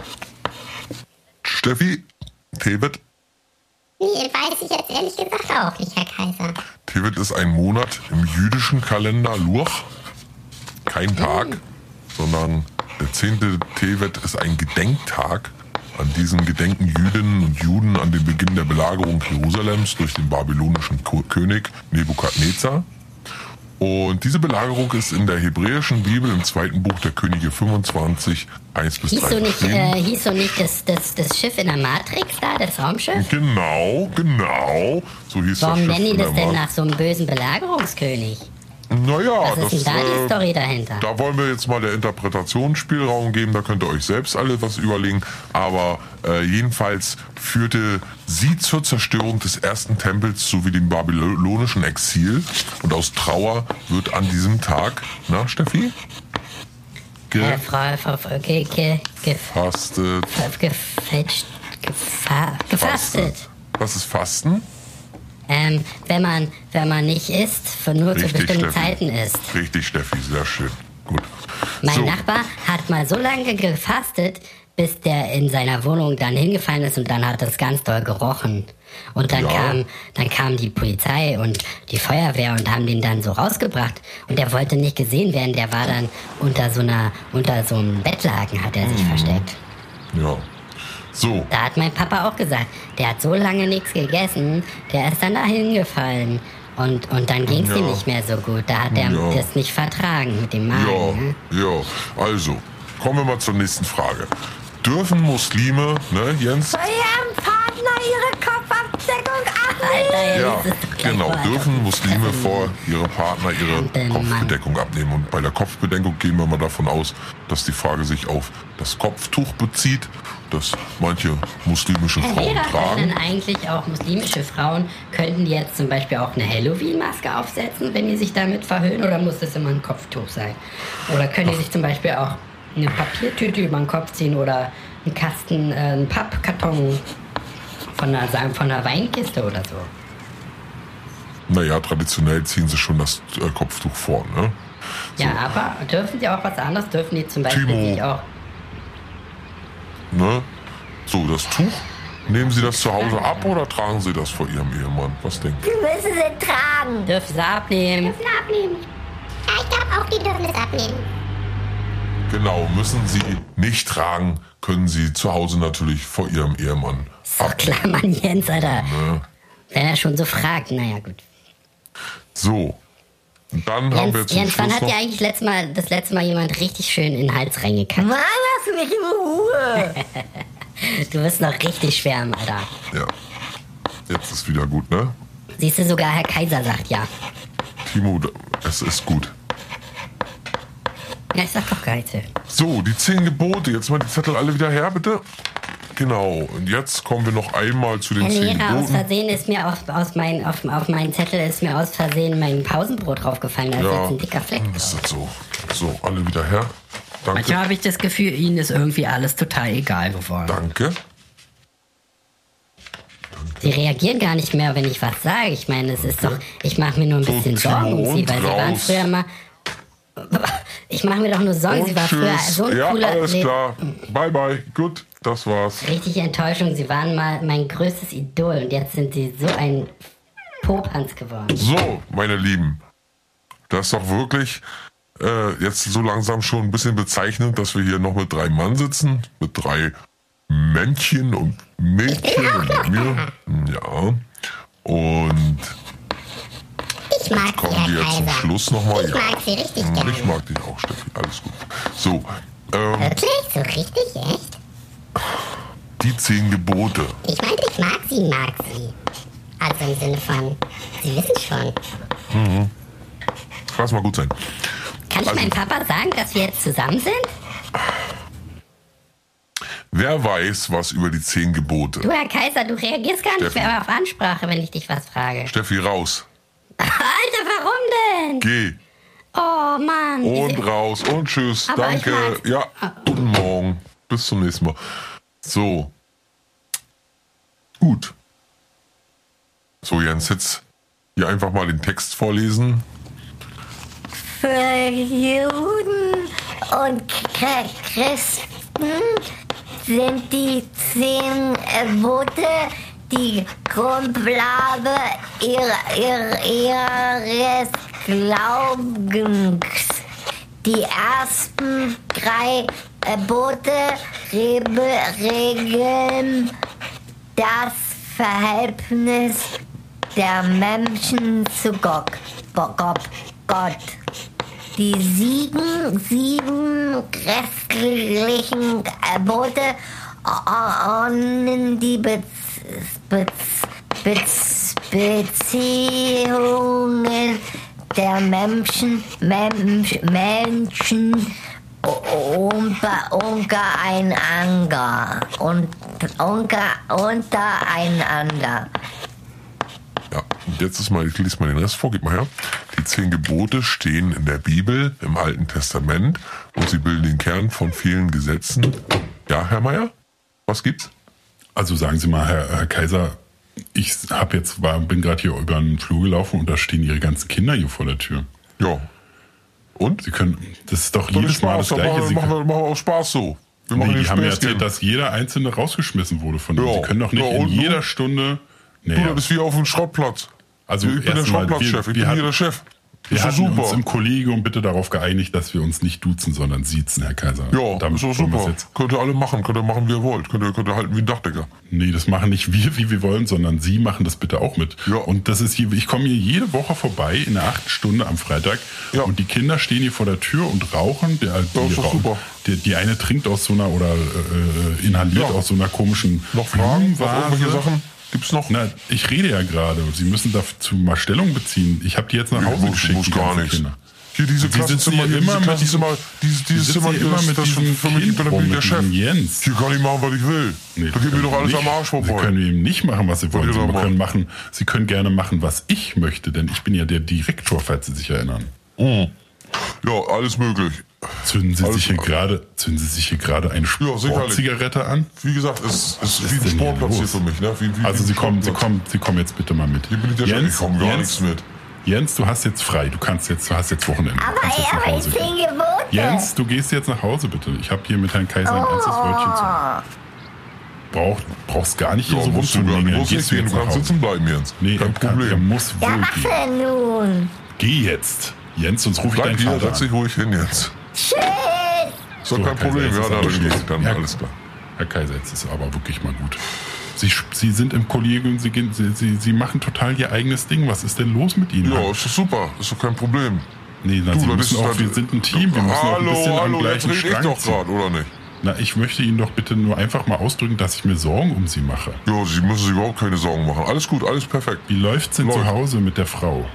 Steffi, Tevet? Nee, weiß ich jetzt ehrlich gesagt auch nicht, Herr Kaiser. Tevet ist ein Monat im jüdischen Kalender Luach. Kein Tag, sondern der zehnte Tevet ist ein Gedenktag. An diesem gedenken Jüdinnen und Juden an den Beginn der Belagerung Jerusalems durch den babylonischen Ko- König Nebukadnezar. Und diese Belagerung ist in der hebräischen Bibel im zweiten Buch der Könige fünfundzwanzig, eins bis Hieß drei so nicht, beschrieben. äh, hieß so nicht das, das, das Schiff in der Matrix da, das Raumschiff? Genau, genau. So hieß Warum das nennen die Schiff das in der denn Mar- nach so einem bösen Belagerungskönig? Naja, Was das ist denn da die äh, Story dahinter? Da wollen wir jetzt mal der Interpretationsspielraum geben, da könnt ihr euch selbst alle was überlegen. Aber äh, jedenfalls führte sie zur Zerstörung des ersten Tempels sowie dem babylonischen Exil. Und aus Trauer wird an diesem Tag, na Steffi? Äh, Frau, Frau, Frau, ge, ge, ge, Gefastet. gefälscht, gefa, gefastet. Was ist Fasten? Ähm, wenn man, wenn man nicht isst, für nur zu bestimmten Steffi. Zeiten isst. Richtig, Steffi, sehr schön. Gut. Mein so, Nachbar hat mal so lange gefastet, bis der in seiner Wohnung dann hingefallen ist und dann hat das ganz doll gerochen. Und dann Ja. kam, dann kam die Polizei und die Feuerwehr und haben den dann so rausgebracht. Und der wollte nicht gesehen werden, der war dann unter so einer, unter so einem Bettlaken hat er sich versteckt. ja. So, Da hat mein Papa auch gesagt, der hat so lange nichts gegessen, der ist dann da hingefallen. Und, und dann ging es Ja. ihm nicht mehr so gut. Da hat er Ja. das nicht vertragen mit dem ja, Magen. Ne? ja. Also, kommen wir mal zur nächsten Frage. Dürfen Muslime, ne, Jens? Bei ihrem Partner ihre Kopfabdeckung abnehmen? Alter, Ja, jetzt ist doch gleich genau. vorbei. Dürfen Muslime vor ihrem Partner ihre Mann. Kopfbedeckung abnehmen. Und bei der Kopfbedeckung gehen wir mal davon aus, dass die Frage sich auf das Kopftuch bezieht, das manche muslimische Herr Frauen Lehrer, können tragen. eigentlich auch muslimische Frauen, könnten die jetzt zum Beispiel auch eine Halloween-Maske aufsetzen, wenn die sich damit verhüllen, oder muss das immer ein Kopftuch sein? Oder können die sich zum Beispiel auch eine Papiertüte über den Kopf ziehen oder einen Kasten, äh, einen Pappkarton von einer, sagen, von einer Weinkiste oder so? Naja, traditionell ziehen sie schon das äh, Kopftuch vor, ne? Ja, aber dürfen die auch was anderes? Dürfen die zum Beispiel Timo. sich auch... ne? So, das Tuch, nehmen Sie das zu Hause ab oder tragen Sie das vor Ihrem Ehemann? Was denken Sie? Die müssen sie tragen. Dürfen sie abnehmen? Dürfen abnehmen. Ja, ich glaube auch, die dürfen es abnehmen. Genau, müssen Sie nicht tragen, können Sie zu Hause natürlich vor Ihrem Ehemann Ist doch klar, Mann, Jens, Alter. Ne? Wenn er schon so fragt, naja, gut. So, und dann haben wir Jens, zum Jens wann Schluss hat noch... dir eigentlich letztes Mal, das letzte Mal jemand richtig schön in den Hals reingekackt? Mann, lass mich in Ruhe. Du wirst noch richtig schwärmen, Alter. Ja, jetzt ist wieder gut, ne? Siehst du, sogar Herr Kaiser sagt ja. Timo, es ist gut. Ja, ich sag doch gar nichts. So, die zehn Gebote, jetzt mal die Zettel alle wieder her, bitte. Genau, und jetzt kommen wir noch einmal zu den Herr zehn Lehrer, aus Geboten. Versehen ist mir auf, aus mein, auf, auf meinen Zettel ist mir aus Versehen mein Pausenbrot draufgefallen. Da ist Ja, jetzt ein dicker Fleck ist drauf. das so. So, alle wieder her. Danke, Manchmal habe ich das Gefühl, Ihnen ist irgendwie alles total egal geworden. danke. Sie reagieren gar nicht mehr, wenn ich was sage. Ich meine, es ist doch, ich mache mir nur ein So, bisschen Timo, Sorgen um Sie, und weil Sie waren raus. früher mal... Ich mache mir doch nur Sorgen. Und Sie war früher tschüss. so ein Ja, cooler... alles Le- klar. Bye, bye. Gut, das war's. Richtige Enttäuschung. Sie waren mal mein größtes Idol und jetzt sind Sie so ein Popanz geworden. So, meine Lieben. Das ist doch wirklich äh, jetzt so langsam schon ein bisschen bezeichnend, dass wir hier noch mit drei Mann sitzen. Mit drei Männchen und Mädchen und mit mir. Ja. Und Ich mag sie, kommen Herr wir zum Kaiser. Schluss nochmal. Ich mag sie richtig Ja, gerne. ich mag dich auch, Steffi. Alles gut. So, ähm, Wirklich? So richtig? Echt? die zehn Gebote. Ich meinte, ich mag sie, mag sie. Also im Sinne von, Sie wissen schon. Lass mal gut sein. Kann ich Also- meinem Papa sagen, dass wir jetzt zusammen sind? Wer weiß was über die zehn Gebote? Du, Herr Kaiser, du reagierst gar nicht Steffi. mehr auf Ansprache, wenn ich dich was frage. Steffi, raus. Alter, warum denn? Geh. Oh, Mann. Und raus und tschüss. Aber ich Danke. mag's. Ja, guten Morgen. Bis zum nächsten Mal. So. Gut. So, Jens, jetzt hier einfach mal den Text vorlesen. Für Juden und Ch- Christen sind die zehn Gebote die Grundlage ihrer, ihrer, ihres Glaubens. Die ersten drei Gebote rebe- regeln das Verhältnis der Menschen zu Gott. Gott. Gott. Die sieben, sieben restlichen Gebote ordnen die Be Be Be Beziehungen der Menschen, Mensch, Menschen unter, untereinander und unter, untereinander. Ja, und jetzt ist mal, ich lese mal den Rest vor, gib mal her. Die zehn Gebote stehen in der Bibel, im Alten Testament und sie bilden den Kern von vielen Gesetzen. Ja, Herr Meier, was gibt's? Also sagen Sie mal, Herr, Herr Kaiser, ich hab jetzt war, bin gerade hier über einen Flur gelaufen und da stehen Ihre ganzen Kinder hier vor der Tür. Ja. Und? Sie können, das ist doch Doch jedes Mal das Spaß, dann Gleiche. machen, Sie wir- machen, können, wir, machen wir auch Spaß so. Wir machen nee, die den haben mir Spaß erzählt, gehen. dass jeder Einzelne rausgeschmissen wurde von denen. Ja. Sie können doch nicht Ja, in und jeder nun? Stunde... Du, Naja, das ist wie auf dem Schrottplatz. also ich bin der erst mal, Schrottplatzchef, wir- ich wir bin hatten- hier der Chef. wir ist doch hatten uns super. im Kollegium bitte darauf geeinigt, dass wir uns nicht duzen, sondern siezen, Herr Kaiser. Ja, Damit ist doch wollen wir's super. Jetzt. Könnt ihr alle machen, könnt ihr machen, wie ihr wollt. Könnt ihr, könnt ihr halten wie ein Dachdecker. Nee, das machen nicht wir, wie wir wollen, sondern Sie machen das bitte auch mit. Ja. Und das ist hier, ich komme hier jede Woche vorbei in der achten Stunde am Freitag Ja. und die Kinder stehen hier vor der Tür und rauchen. Der, die, ist doch rauchen super. die, die eine trinkt aus so einer oder äh, inhaliert Ja. aus so einer komischen Noch Fragen? Noch Blumenvase. irgendwelche Sachen? Gibt's noch? Na, ich rede ja gerade. Sie müssen dazu mal Stellung beziehen. Ich habe die jetzt nach Ich Hause muss, geschickt, muss die gar ganzen nichts. Kinder. Hier diese Sie sitzen Klassenzimmer, hier hier immer diese mit Klassenzimmer, dieses, Sie dieses sitzen Zimmer hier hier, immer das, mit das diesem für mich, ich bin, da bin ich Kind der Chef. rum, mit diesem Jens. Hier kann ich machen, was ich will. Nee, da das geht mir können doch alles Sie am Arsch nicht. Sie vorbei. können eben nicht machen, was Sie wollen. ihr Sie doch können, machen. machen, Sie können gerne machen, was ich möchte, denn ich bin ja der Direktor, falls Sie sich erinnern. Ja, alles möglich. Zünden Sie Alles sich hier klar. gerade, zünden Sie sich hier gerade eine sicherlich. Sportzigarette an? Wie gesagt, es, es ist ist wie ein denn hier Sportplatz hier los? für mich. Ne? Wie, wie, Also wie Sie ein kommen, Sie Sportplatz. kommen, Sie kommen jetzt bitte mal mit. Hier bin ich der Chef, ich komme gar nichts mit. Jens, du hast jetzt frei. Du kannst jetzt, du hast jetzt Wochenende. Du Aber kannst jetzt nach aber die Hause gehen. zehn Gebote. Jens, du gehst jetzt nach Hause bitte. Ich habe hier mit Herrn Kaiser ein ernstes Wörtchen zu. Brauch, brauchst gar nicht hier Ja, so musst du, gar- du rumzumängeln. musst nicht Gehst du gehen, jetzt du nach kannst Hause? sitzen bleiben, Jens. Nee, Kein er, kann, Problem. er muss Ja, wohl was gehen. denn nun? Geh jetzt. Jens, sonst rufe ich Bleib deinen hier, Vater setz dich an. ruhig hin jetzt. Tschüss. Ist doch So, kein Herr Kaiser, Problem. jetzt Ja, ist da aber ist Schluss. dann Ja. alles klar. Herr Kaiser, jetzt ist aber wirklich mal gut. Sie, Sie sind im Kollegium, Sie, gehen, Sie, Sie, Sie machen total Ihr eigenes Ding. Was ist denn los mit Ihnen? Ja, ist doch super. Ist doch kein Problem. Nee, na, Du, Sie das müssen ist auch, das- wir sind ein Team, wir müssen auch ein hallo, bisschen am hallo, jetzt gleichen rede ich Strang doch ziehen. gerade, oder nicht? Na, ich möchte Ihnen doch bitte nur einfach mal ausdrücken, dass ich mir Sorgen um Sie mache. Ja, Sie müssen sich überhaupt keine Sorgen machen. Alles gut, alles perfekt. Wie läuft's denn Läuft. zu Hause mit der Frau?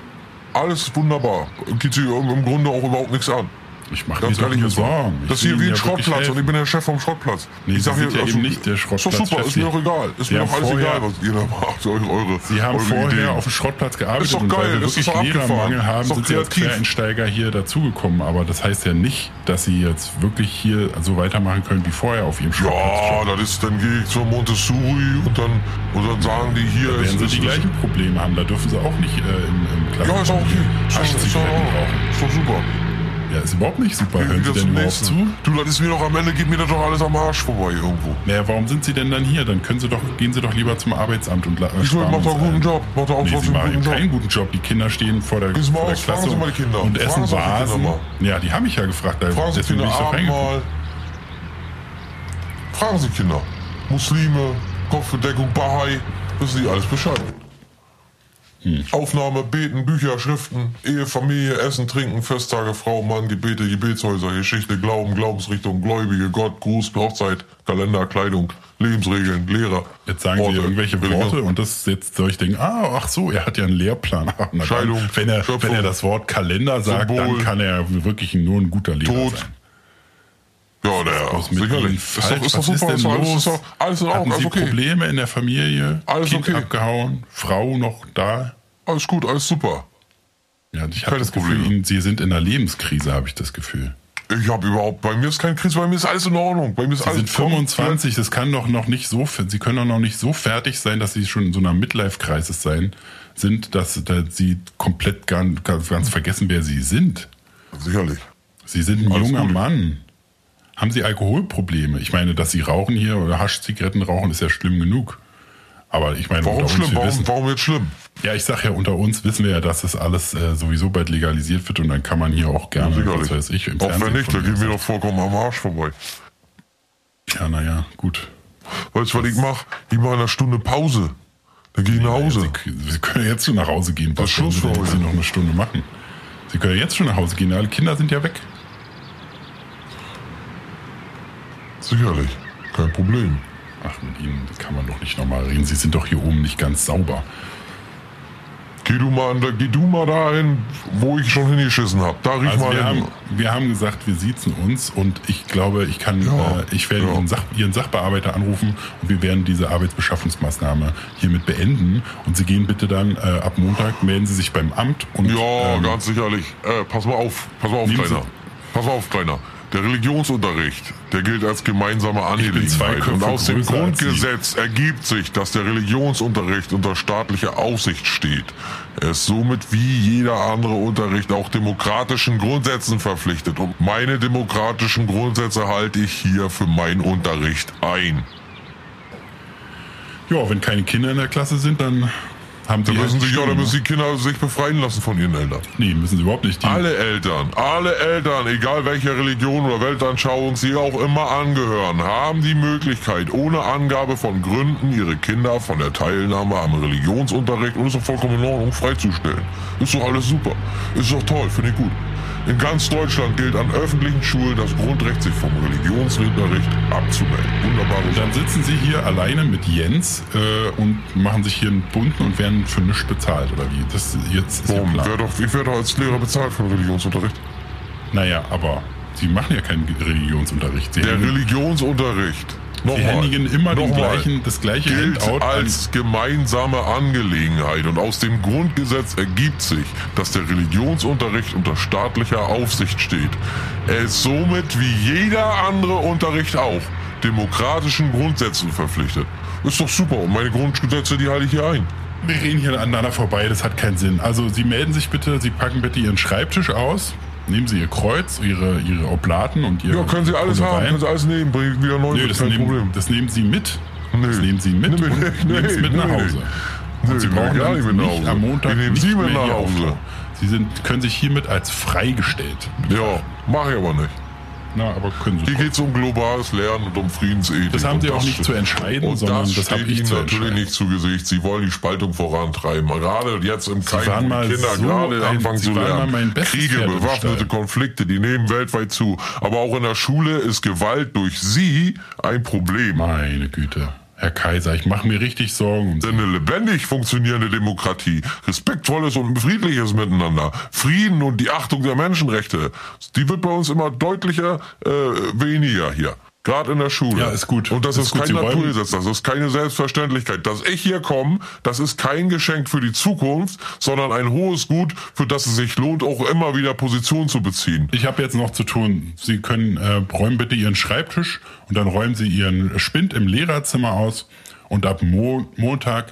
Alles wunderbar. Geht Sie im im Grunde auch überhaupt nichts an. Ich mache mir Ganz doch ehrlich, nur jetzt mal. Sorgen. Ich Das ist will hier wie Ihnen ein ja wirklich Schrottplatz und helfen. ich bin der Chef vom Schrottplatz. Nee, ich Sie sag sind hier, ja also, eben nicht der Ist doch Schrottplatz, super, ist mir Chef. doch egal. Ist Sie mir haben doch alles vorher- egal, was ihr da macht. Eure, eure, Sie haben eure vorher Ideen. auf dem Schrottplatz gearbeitet Ist doch und weil geil, wir das ist wirklich doch abgefahren. Lehrermangel haben, Ist doch sind Sie als kreativ. Quereinsteiger hier dazugekommen. Aber das heißt ja nicht, dass Sie jetzt wirklich hier so weitermachen können wie vorher auf Ihrem Schrottplatz. Ja, das ist, dann gehe ich zur Montessori und dann, und dann sagen die hier... Werden es Sie ist- die gleichen Probleme haben, da dürfen Sie auch nicht äh, im, im Ja, ist auch okay. Ist doch, ist doch, Aschenzigaretten rauchen. ist doch super. Ja, ist überhaupt nicht super. Geh Hören Sie wieder denn zum überhaupt nächsten. zu? Du, das ist mir doch am Ende, geht mir das doch alles am Arsch vorbei irgendwo. Naja, warum sind Sie denn dann hier? Dann können Sie doch, gehen Sie doch lieber zum Arbeitsamt und la- Ich sparen mach uns doch einen guten ein. Job. Mach doch auch Nee, Sie trotzdem einen machen guten Job. keinen guten Job. Die Kinder stehen vor der, Gehen Sie mal vor der aus, fragen Klasse Sie mal die Kinder. und Fragen essen Sie doch die Vasen. Kinder Ja, die habe ich ja gefragt. Da, Fragen Sie deswegen bin Kinder, ich so reingekommen. Abendmahl. Fragen Sie Kinder. Muslime, Kopfbedeckung, Bahai. Wissen Sie alles Bescheid. Hm. Aufnahme, Beten, Bücher, Schriften, Ehe, Familie, Essen, Trinken, Festtage, Frau, Mann, Gebete, Gebetshäuser, Geschichte, Glauben, Glaubensrichtung, Gläubige, Gott, Gruß, Hochzeit, Kalender, Kleidung, Lebensregeln, Lehrer. Jetzt sagen Worte, Sie irgendwelche Religion. Worte und das jetzt soll ich denken, ah, ach so, er hat ja einen Lehrplan. Ah, na dann, Scheidung, wenn er, Schöpfung, wenn er das Wort Kalender sagt, Symbol, dann kann er wirklich nur ein guter Lehrer Tod. sein. Ja, der, Was mit Ihnen sicherlich. Ist doch, falsch? ist doch Was ist super, denn ist doch alles, los? ist doch alles in Ordnung, Hatten alles Sie okay. Probleme in der Familie? Alles Kind okay. abgehauen? Frau noch da? Alles gut, alles super. Ja, ich habe Keine das Gefühl, Probleme. Ihnen, Sie sind in einer Lebenskrise, habe ich das Gefühl. Ich habe überhaupt, bei mir ist keine Krise, bei mir ist alles in Ordnung. Bei mir ist Sie alles sind fünfundzwanzig, das kann doch noch nicht so, Sie können doch noch nicht so fertig sein, dass Sie schon in so einer Midlife-Crisis sein sind, dass, dass Sie komplett ganz, ganz vergessen, wer Sie sind. Sicherlich. Sie sind ein Alles junger gut. Mann. Haben Sie Alkoholprobleme? Ich meine, dass Sie rauchen hier oder Haschzigaretten rauchen, ist ja schlimm genug. Aber ich meine, Warum unter uns, schlimm? wir Warum, wissen, warum jetzt schlimm? ja, ich sag ja, unter uns wissen wir ja, dass das alles äh, sowieso bald legalisiert wird und dann kann man hier auch gerne, Sicherlich. was weiß ich, im Auch wenn Fernsehen nicht, von da mir gehen wir sagen. doch vollkommen am Arsch vorbei. Ja, naja, gut. Weißt du, was ich mache? Ich mache eine Stunde Pause. Dann gehe ich nach Hause. Sie, Sie können ja jetzt schon nach Hause gehen. Das Was ist wollen Schluss Sie denn für jetzt heute. noch eine Stunde machen? Sie können ja jetzt schon nach Hause gehen. Alle Kinder sind ja weg. Sicherlich. Kein Problem. Ach, mit Ihnen kann man doch nicht nochmal reden. Sie sind doch hier oben nicht ganz sauber. Geh du mal, da, geh du mal dahin, wo ich schon hingeschissen habe. Da riech Also mal wir hin. haben, wir haben gesagt, wir siezen uns und ich glaube, ich kann, Ja, äh, ich werde ja. Ihren, Sach, Ihren Sachbearbeiter anrufen und wir werden diese Arbeitsbeschaffungsmaßnahme hiermit beenden. Und Sie gehen bitte dann äh, ab Montag, melden Sie sich beim Amt und Ja, ähm, ganz sicherlich. Äh, pass mal auf, pass mal auf, Nehmen Kleiner. Sie- Pass mal auf, Kleiner. Der Religionsunterricht, der gilt als gemeinsame bin zwei Angelegenheit. Köpfe Und aus dem größer als Sie. Grundgesetz ergibt sich, dass der Religionsunterricht unter staatlicher Aufsicht steht. Er ist somit wie jeder andere Unterricht auch demokratischen Grundsätzen verpflichtet. Und meine demokratischen Grundsätze halte ich hier für meinen Unterricht ein. ja, wenn keine Kinder in der Klasse sind, dann haben Da die müssen halt sich, ja, da Stimme, müssen die Kinder sich befreien lassen von ihren Eltern. Nee, müssen sie überhaupt nicht. Die, Alle Eltern, alle Eltern, egal welcher Religion oder Weltanschauung sie auch immer angehören, haben die Möglichkeit, ohne Angabe von Gründen ihre Kinder von der Teilnahme am Religionsunterricht, und ist doch vollkommen in Ordnung, freizustellen. Ist doch alles super. Ist doch toll, finde ich gut. In ganz Deutschland gilt an öffentlichen Schulen das Grundrecht, sich vom Religionsunterricht abzumelden. Wunderbare dann Sache. sitzen sie hier alleine mit Jens äh, und machen sich hier einen bunten und werden für nichts bezahlt, oder wie? Das jetzt ist Ihr Warum? Plan. Wär doch, ich werde doch als Lehrer bezahlt für den Religionsunterricht. Naja, aber sie machen ja keinen Religionsunterricht. Sie Der hängen- Religionsunterricht, nochmal, händigen immer den nochmal, gleichen, das gleiche gilt Handout an. als gemeinsame Angelegenheit, und aus dem Grundgesetz ergibt sich, dass der Religionsunterricht unter staatlicher Aufsicht steht. Er ist somit wie jeder andere Unterricht auch demokratischen Grundsätzen verpflichtet. Ist doch super, und meine Grundgesetze, die halte ich hier ein. Wir reden hier aneinander vorbei, das hat keinen Sinn. Also Sie melden sich bitte, Sie packen bitte Ihren Schreibtisch aus, nehmen Sie Ihr Kreuz, Ihre, Ihre Oblaten und Ihre Ja, können Sie alles haben, Kosereien. können Sie alles nehmen, bringen wieder neu, Nö, das kein nehmen, Problem. das nehmen Sie mit. Das Nee. nehmen Sie mit Nee, und nee, nehmen es mit nee, nach nee. Hause. Und Nö, Sie nee, brauchen gar dann nicht mit nach nicht Hause. am Montag Wir nehmen nicht Sie mit mehr nach hier Hause. auftauchen. Sie sind, können sich hiermit als freigestellt. Ja, mach ich aber nicht. Na, aber können Sie. Hier geht es um globales Lernen und um Friedensethik. Das haben Und Sie auch nicht steht- zu entscheiden, und sondern das das habe steht ich Ihnen zu natürlich entscheiden. nicht zu Gesicht. Sie wollen die Spaltung vorantreiben. Gerade jetzt im Keim, waren wo mal die Kinder so gerade ein- anfangen Sie zu waren mal lernen. mein bestes Kriege, Pferd im bewaffnete Stall. Konflikte, die nehmen weltweit zu. Aber auch in der Schule ist Gewalt durch Sie ein Problem. Meine Güte. Herr Kaiser, ich mache mir richtig Sorgen um Sie. Denn eine lebendig funktionierende Demokratie, respektvolles und friedliches Miteinander, Frieden und die Achtung der Menschenrechte, die wird bei uns immer deutlicher äh, weniger hier. Gerade in der Schule. Ja, ist gut. Und das Ist ist, gut, kein Sie räumen- Naturgesetz, das ist keine Selbstverständlichkeit. Dass ich hier komme, das ist kein Geschenk für die Zukunft, sondern ein hohes Gut, für das es sich lohnt, auch immer wieder Position zu beziehen. Ich habe jetzt noch zu tun. Sie können äh, räumen bitte Ihren Schreibtisch und dann räumen Sie Ihren Spind im Lehrerzimmer aus und ab Mo Montag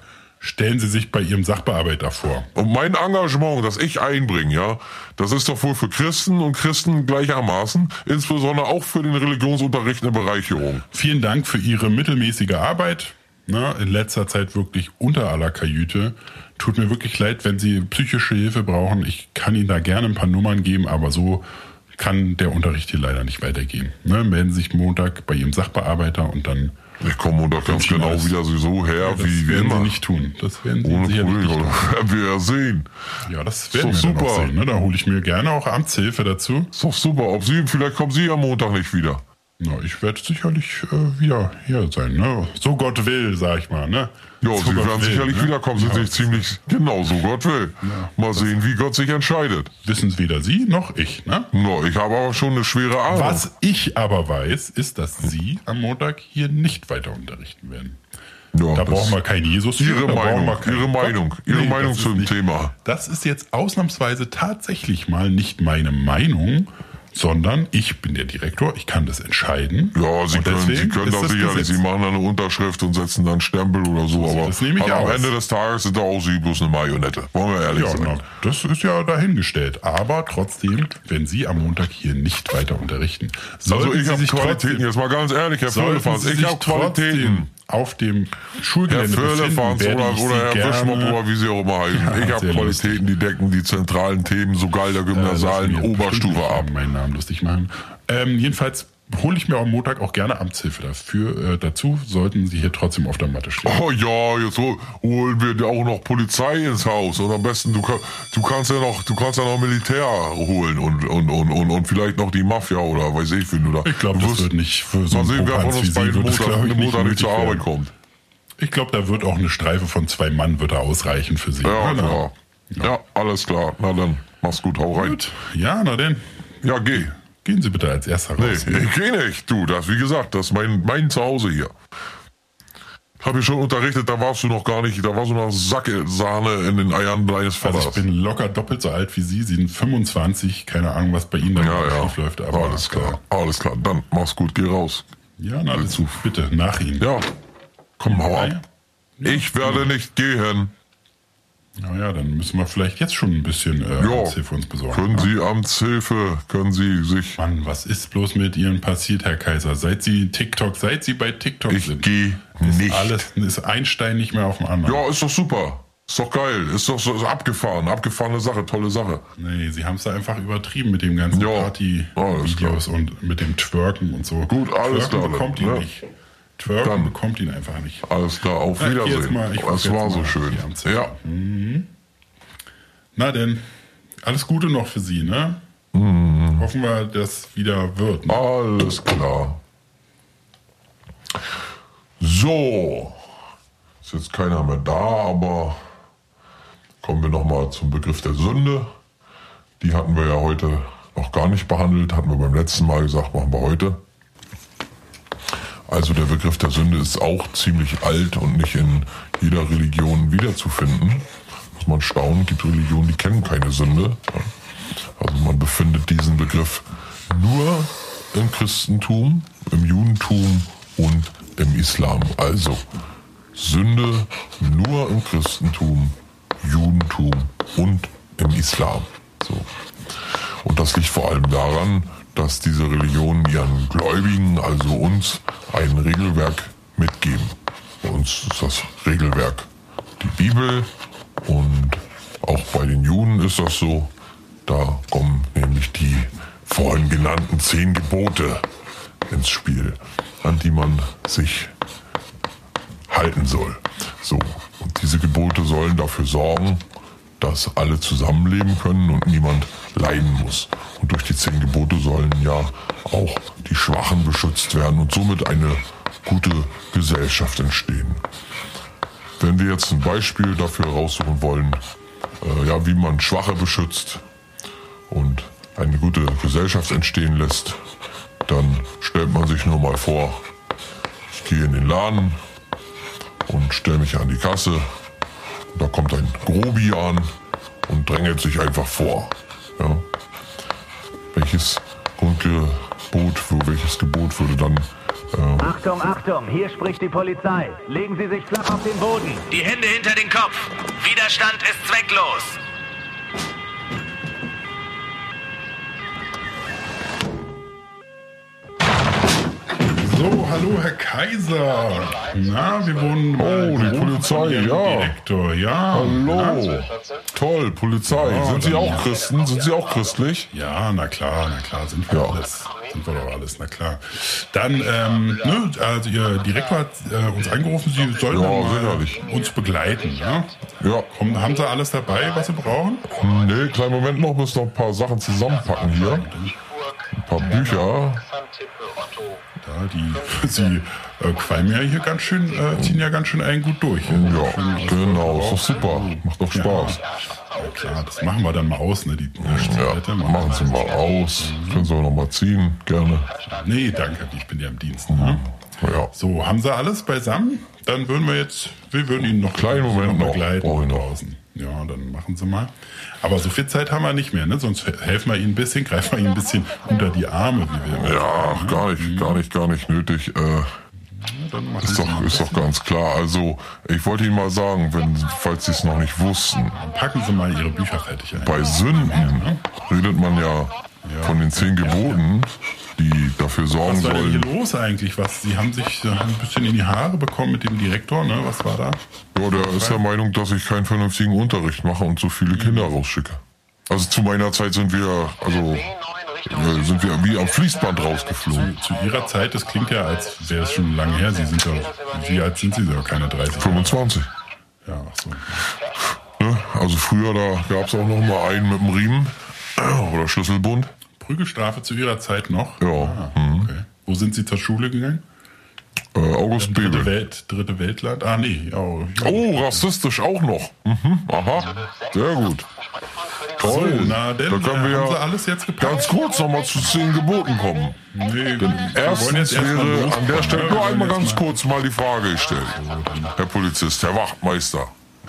stellen Sie sich bei Ihrem Sachbearbeiter vor. Und mein Engagement, das ich einbringe, ja, das ist doch wohl für Christen und Christen gleichermaßen, insbesondere auch für den Religionsunterricht eine Bereicherung. Vielen Dank für Ihre mittelmäßige Arbeit. Na, in letzter Zeit wirklich unter aller Kajüte. Tut mir wirklich leid, wenn Sie psychische Hilfe brauchen. Ich kann Ihnen da gerne ein paar Nummern geben, aber so kann der Unterricht hier leider nicht weitergehen. Ne, melden Sie sich Montag bei Ihrem Sachbearbeiter und dann... Ich komme Montag ganz genau alles. wieder so her, ja, das wie, wie werden immer. Sie nicht tun. Das werden Sie Ohne sicherlich nicht tun. werden wir ja sehen. Ja, das werden wir super. dann auch sehen. Ne? Da hole ich mir gerne auch Amtshilfe dazu. Ist doch super. Ob Sie, vielleicht kommen Sie am Montag nicht wieder. Na, ich werde sicherlich äh, wieder hier sein. Ne? So Gott will, sag ich mal. Ne? Ja, so Sie Gott werden will, sicherlich ne? wiederkommen. Sind ja, sich ziemlich genau, so Gott will. Ja, Mal sehen, wie Gott sich entscheidet. Wissen es weder Sie noch ich. Ne? No, ich habe aber schon eine schwere Ahnung. Was ich aber weiß, ist, dass Sie am Montag hier nicht weiter unterrichten werden. Ja, da brauchen wir keinen Jesus für. Ihre da Meinung, wir keinen Ihre Gott. Meinung, Ihre Nee, Meinung das zum ist nicht, Thema. Das ist jetzt ausnahmsweise tatsächlich mal nicht meine Meinung, sondern ich bin der Direktor, ich kann das entscheiden. Ja, Sie Und können, Sie deswegen können ist das das sicherlich. Gesetz. Sie machen da eine Unterschrift und setzen dann Stempel oder so, aber das nehme ich aber am aus. Ende des Tages sind da auch Sie bloß eine Marionette. Wollen wir ehrlich Ja, sein. na, das ist ja dahingestellt. Aber trotzdem, wenn Sie am Montag hier nicht weiter unterrichten, sollten Also ich Sie habe sich Qualitäten, trotzdem, jetzt mal ganz ehrlich, Herr sollten Firlefanz, Sie ich sich habe Qualitäten. trotzdem auf dem Herr Schulgelände befinden, Firlefanz werde oder, ich oder Sie Herr gerne... Wischmopp oder wie Sie auch immer heißen. Ja, ich habe sehr Qualitäten, die decken die zentralen Themen sogar der gymnasialen Äh, lass mich Oberstufe bestimmt ab. nicht meinen Namen lustig machen. Ähm, jedenfalls hole ich mir am Montag auch gerne Amtshilfe dafür. Äh, dazu sollten Sie hier trotzdem auf der Matte stehen. Oh ja, jetzt hol- holen wir dir auch noch Polizei ins Haus und am besten du, kann, du kannst ja noch du kannst ja noch Militär holen und und, und, und, und vielleicht noch die Mafia oder weiß ich wen du da. Ich glaube, Du das wirst- wird nicht für so Mal einen sehen, wer von Popanz wie uns Sie beiden wird das, Montag, glaub ich, Montag nicht nötig zur Arbeit werden. kommt. Ich glaube, da wird auch eine Streife von zwei Mann wird da ausreichen für Sie. Ja, Genau. ja. Ja, alles klar. Na dann, mach's gut, hau rein. Gut. Ja, na denn. Ja, geh. Gehen Sie bitte als erster Nee, raus. ich geh nicht. Du, das, wie gesagt, das ist mein, mein Zuhause hier. Hab ich schon unterrichtet, da warst du noch gar nicht, da warst du noch Sacke Sahne in den Eiern deines Also Vaters. ich bin locker doppelt so alt wie Sie. Sie sind fünfundzwanzig. Keine Ahnung, was bei Ihnen da ja, ja. schief läuft. Aber alles klar, alles klar. Dann mach's gut, geh raus. Ja, na, also, bitte, nach Ihnen. Ja, komm, hau Ja, ab. Ich werde nicht gehen. Naja, dann müssen wir vielleicht jetzt schon ein bisschen äh, Ja, Amtshilfe uns besorgen. können ne? Sie Amtshilfe, können Sie sich... Mann, was ist bloß mit Ihnen passiert, Herr Kaiser? Seit Sie TikTok, seit Sie bei TikTok Ich sind, geh ist nicht. alles, ist ein Stein nicht mehr auf dem anderen. Ja, ist doch super. Ist doch geil. Ist doch so ist abgefahren. Abgefahrene Sache, tolle Sache. Nee, Sie haben es da einfach übertrieben mit dem ganzen Ja, Party-Videos und mit dem Twerken und so. Gut, alles Twerken klar, bekommt dann, ihn ne? nicht. Twerken Dann. bekommt ihn einfach nicht. Alles klar, auf Na, ich geh jetzt Wiedersehen. mal- ich guck Das jetzt war mal so schön. die Amtshilfe. Ja. Na denn, alles Gute noch für Sie, ne? Mhm. Hoffen wir, dass wieder wird. Ne? Alles klar. So. Ist jetzt keiner mehr da, aber kommen wir nochmal zum Begriff der Sünde. Die hatten wir ja heute noch gar nicht behandelt, hatten wir beim letzten Mal gesagt, machen wir heute. Also der Begriff der Sünde ist auch ziemlich alt und nicht in jeder Religion wiederzufinden. Muss man staunen, gibt Religionen, die kennen keine Sünde. Also man befindet diesen Begriff nur im Christentum, im Judentum und im Islam. Also Sünde nur im Christentum, Judentum und im Islam. So. Und das liegt vor allem daran, dass diese Religionen ihren Gläubigen, also uns, ein Regelwerk mitgeben. Bei uns ist das Regelwerk die Bibel und auch bei den Juden ist das so. Da kommen nämlich die vorhin genannten zehn Gebote ins Spiel, an die man sich halten soll. So, und diese Gebote sollen dafür sorgen, dass alle zusammenleben können und niemand leiden muss. Und durch die zehn Gebote sollen ja auch die Schwachen beschützt werden und somit eine gute Gesellschaft entstehen. Wenn wir jetzt ein Beispiel dafür raussuchen wollen, äh, ja, wie man Schwache beschützt und eine gute Gesellschaft entstehen lässt, dann stellt man sich nur mal vor, ich gehe in den Laden und stelle mich an die Kasse. Da kommt ein Grobian und drängelt sich einfach vor. Ja. Welches Grundgebot, für welches Gebot würde dann Ja. Achtung, Achtung, hier spricht die Polizei. Legen Sie sich flach auf den Boden. Die Hände hinter den Kopf. Widerstand ist zwecklos. So, hallo Herr Kaiser. Na, wir wohnen Oh, die Polizei, ja. Direktor, ja. Hallo. Toll, Polizei. Ja, Sind Sie dann- auch Christen? Sind Sie auch christlich? Ja, na klar, na klar, sind wir Ja. alles. Sind wir doch alles, na klar. Dann, ähm, ne, also Ihr Direktor hat äh, uns angerufen, Sie sollen Ja, mal sicherlich. uns begleiten, ja? Ja. Kommen, haben Sie alles dabei, was Sie brauchen? Nee, kleinen Moment noch, müssen noch ein paar Sachen zusammenpacken hier. Ein paar Bücher. Ja, die, Sie äh, qualmen ja hier ganz schön, äh, ziehen ja ganz schön einen gut durch. Ja, genau, ist doch super. Macht doch Spaß. Ja, klar, das machen wir dann mal aus, ne, die Ja, Zigarette. machen Sie mal aus. Können Sie auch noch mal ziehen, gerne. Nee, danke, ich bin ja im Dienst. Ne? Ja. So, haben Sie alles beisammen? Dann würden wir jetzt, wir würden Ihnen noch Kleinen Moment noch, begleiten brauche ich noch. draußen. Ja, dann machen Sie mal. Aber so viel Zeit haben wir nicht mehr, ne? Sonst helfen wir Ihnen ein bisschen, greifen wir Ihnen ein bisschen unter die Arme, wie wir immer Ja, sagen, gar ne? nicht, gar nicht, gar nicht nötig. Äh, Dann machen ist Sie doch, mal. ist doch ganz klar. Also, ich wollte Ihnen mal sagen, wenn, falls Sie es noch nicht wussten, Packen Sie mal Ihre Bücher fertig ein. bei Sünden redet man ja von den zehn Geboten, die dafür sorgen Was war denn sollen. hier los eigentlich? Was, Sie haben sich äh, ein bisschen in die Haare bekommen mit dem Direktor, ne? Was war da? Ja, der ist der Meinung, dass ich keinen vernünftigen Unterricht mache und so viele Kinder rausschicke. Also zu meiner Zeit sind wir, also äh, sind wir wie am Fließband rausgeflogen. Zu Ihrer Zeit, das klingt ja, als wäre es schon lange her. Sie sind ja, wie alt sind Sie? Ja, keine dreißig. fünfundzwanzig. Ja, ach so. Ne? Also früher, da gab es auch noch mal einen mit dem Riemen oder Schlüsselbund. Prügelstrafe zu Ihrer Zeit noch? Ja. Ah, okay. Wo sind Sie zur Schule gegangen? Äh, August Dritte, Bebel. Welt, dritte Weltland? Ah, nee. Oh, Oh, rassistisch auch noch. Mhm, aha, sehr gut. Toll. So, na denn, da können wir haben Sie ja alles jetzt gepackt? ganz kurz nochmal zu zehn Geboten kommen. Nee, wir wollen Erstens jetzt erst mal wäre an loskommen, der Stelle ne? nur Wir wollen einmal jetzt ganz mal- kurz mal die Frage gestellt. Herr Polizist, Herr Wachtmeister,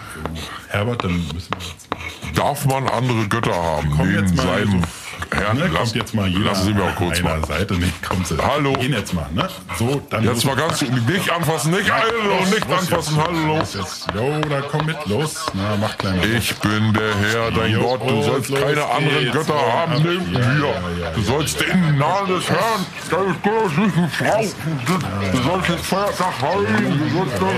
Herbert, dann müssen wir jetzt mal. darf man andere Götter haben Komm neben jetzt mal seinem so- Herrn? Ne, Lass- kommt jetzt mal jeder Lassen Sie mich auch an kurz einer mal. Seite. Nee, kommt Sie. Hallo. Gehen jetzt mal, ne? So, dann Jetzt mal ganz, nicht anfassen, nicht, hallo, nicht Los anfassen, jetzt. hallo. Los jetzt. Jo, dann komm mit, los. Na, mach kleiner. Ich bin der Herr, dein Jo, Gott, du los, sollst los keine anderen geht's. Götter Ja, haben neben ja, mir. ja, ja, Du ja, sollst ja. den Namen des Herrn, deines Gottes nicht missbrauchen. Du sollst den Feiertag heilen, du sollst deine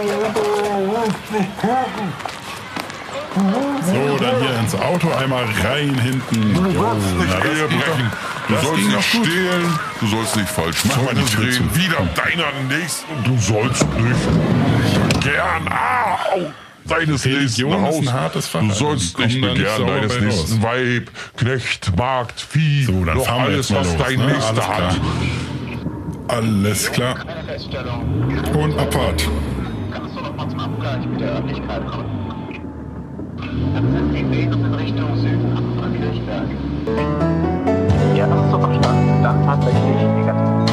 So, dann hier ins Auto einmal rein hinten. Du Jo, sollst nicht na, das Ehe ging brechen, doch- du das sollst ging nicht doch gut. stehlen, du sollst nicht falsch Mach mal die Zeugnis Tür reden, zu. wieder deiner Nächsten, du sollst nicht gern, ah, au, deines Religion Nächsten ist ein Haus. hartes Fach, Du also sollst die nicht kommen da nicht begehren sauber deines bei raus. nächsten Weib, Knecht, Magd, Vieh, So, dann noch fahren wir alles, jetzt mal was los, dein ne? Nächster Alles hat. klar. Alles klar. Und Abfahrt. Kannst du noch mal zum Abgleich mit der Örtlichkeit kommen? Das sind die Wege in Richtung Süden am Frankirchberg. Ja, das ist so verstanden. Dann tatsächlich die ganze...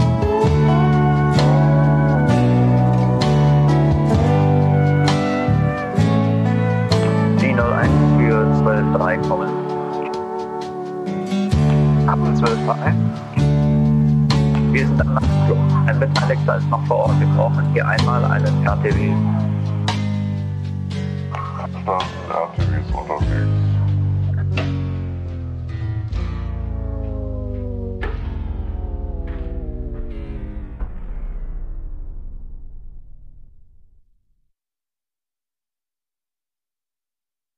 Die null eins für zwölf drei kommen. Ab zwölf drei. Wir sind am Nachtflug. Ein Beteiligter ist noch vor Ort. Wir brauchen hier einmal einen R T W. R T W ist unterwegs.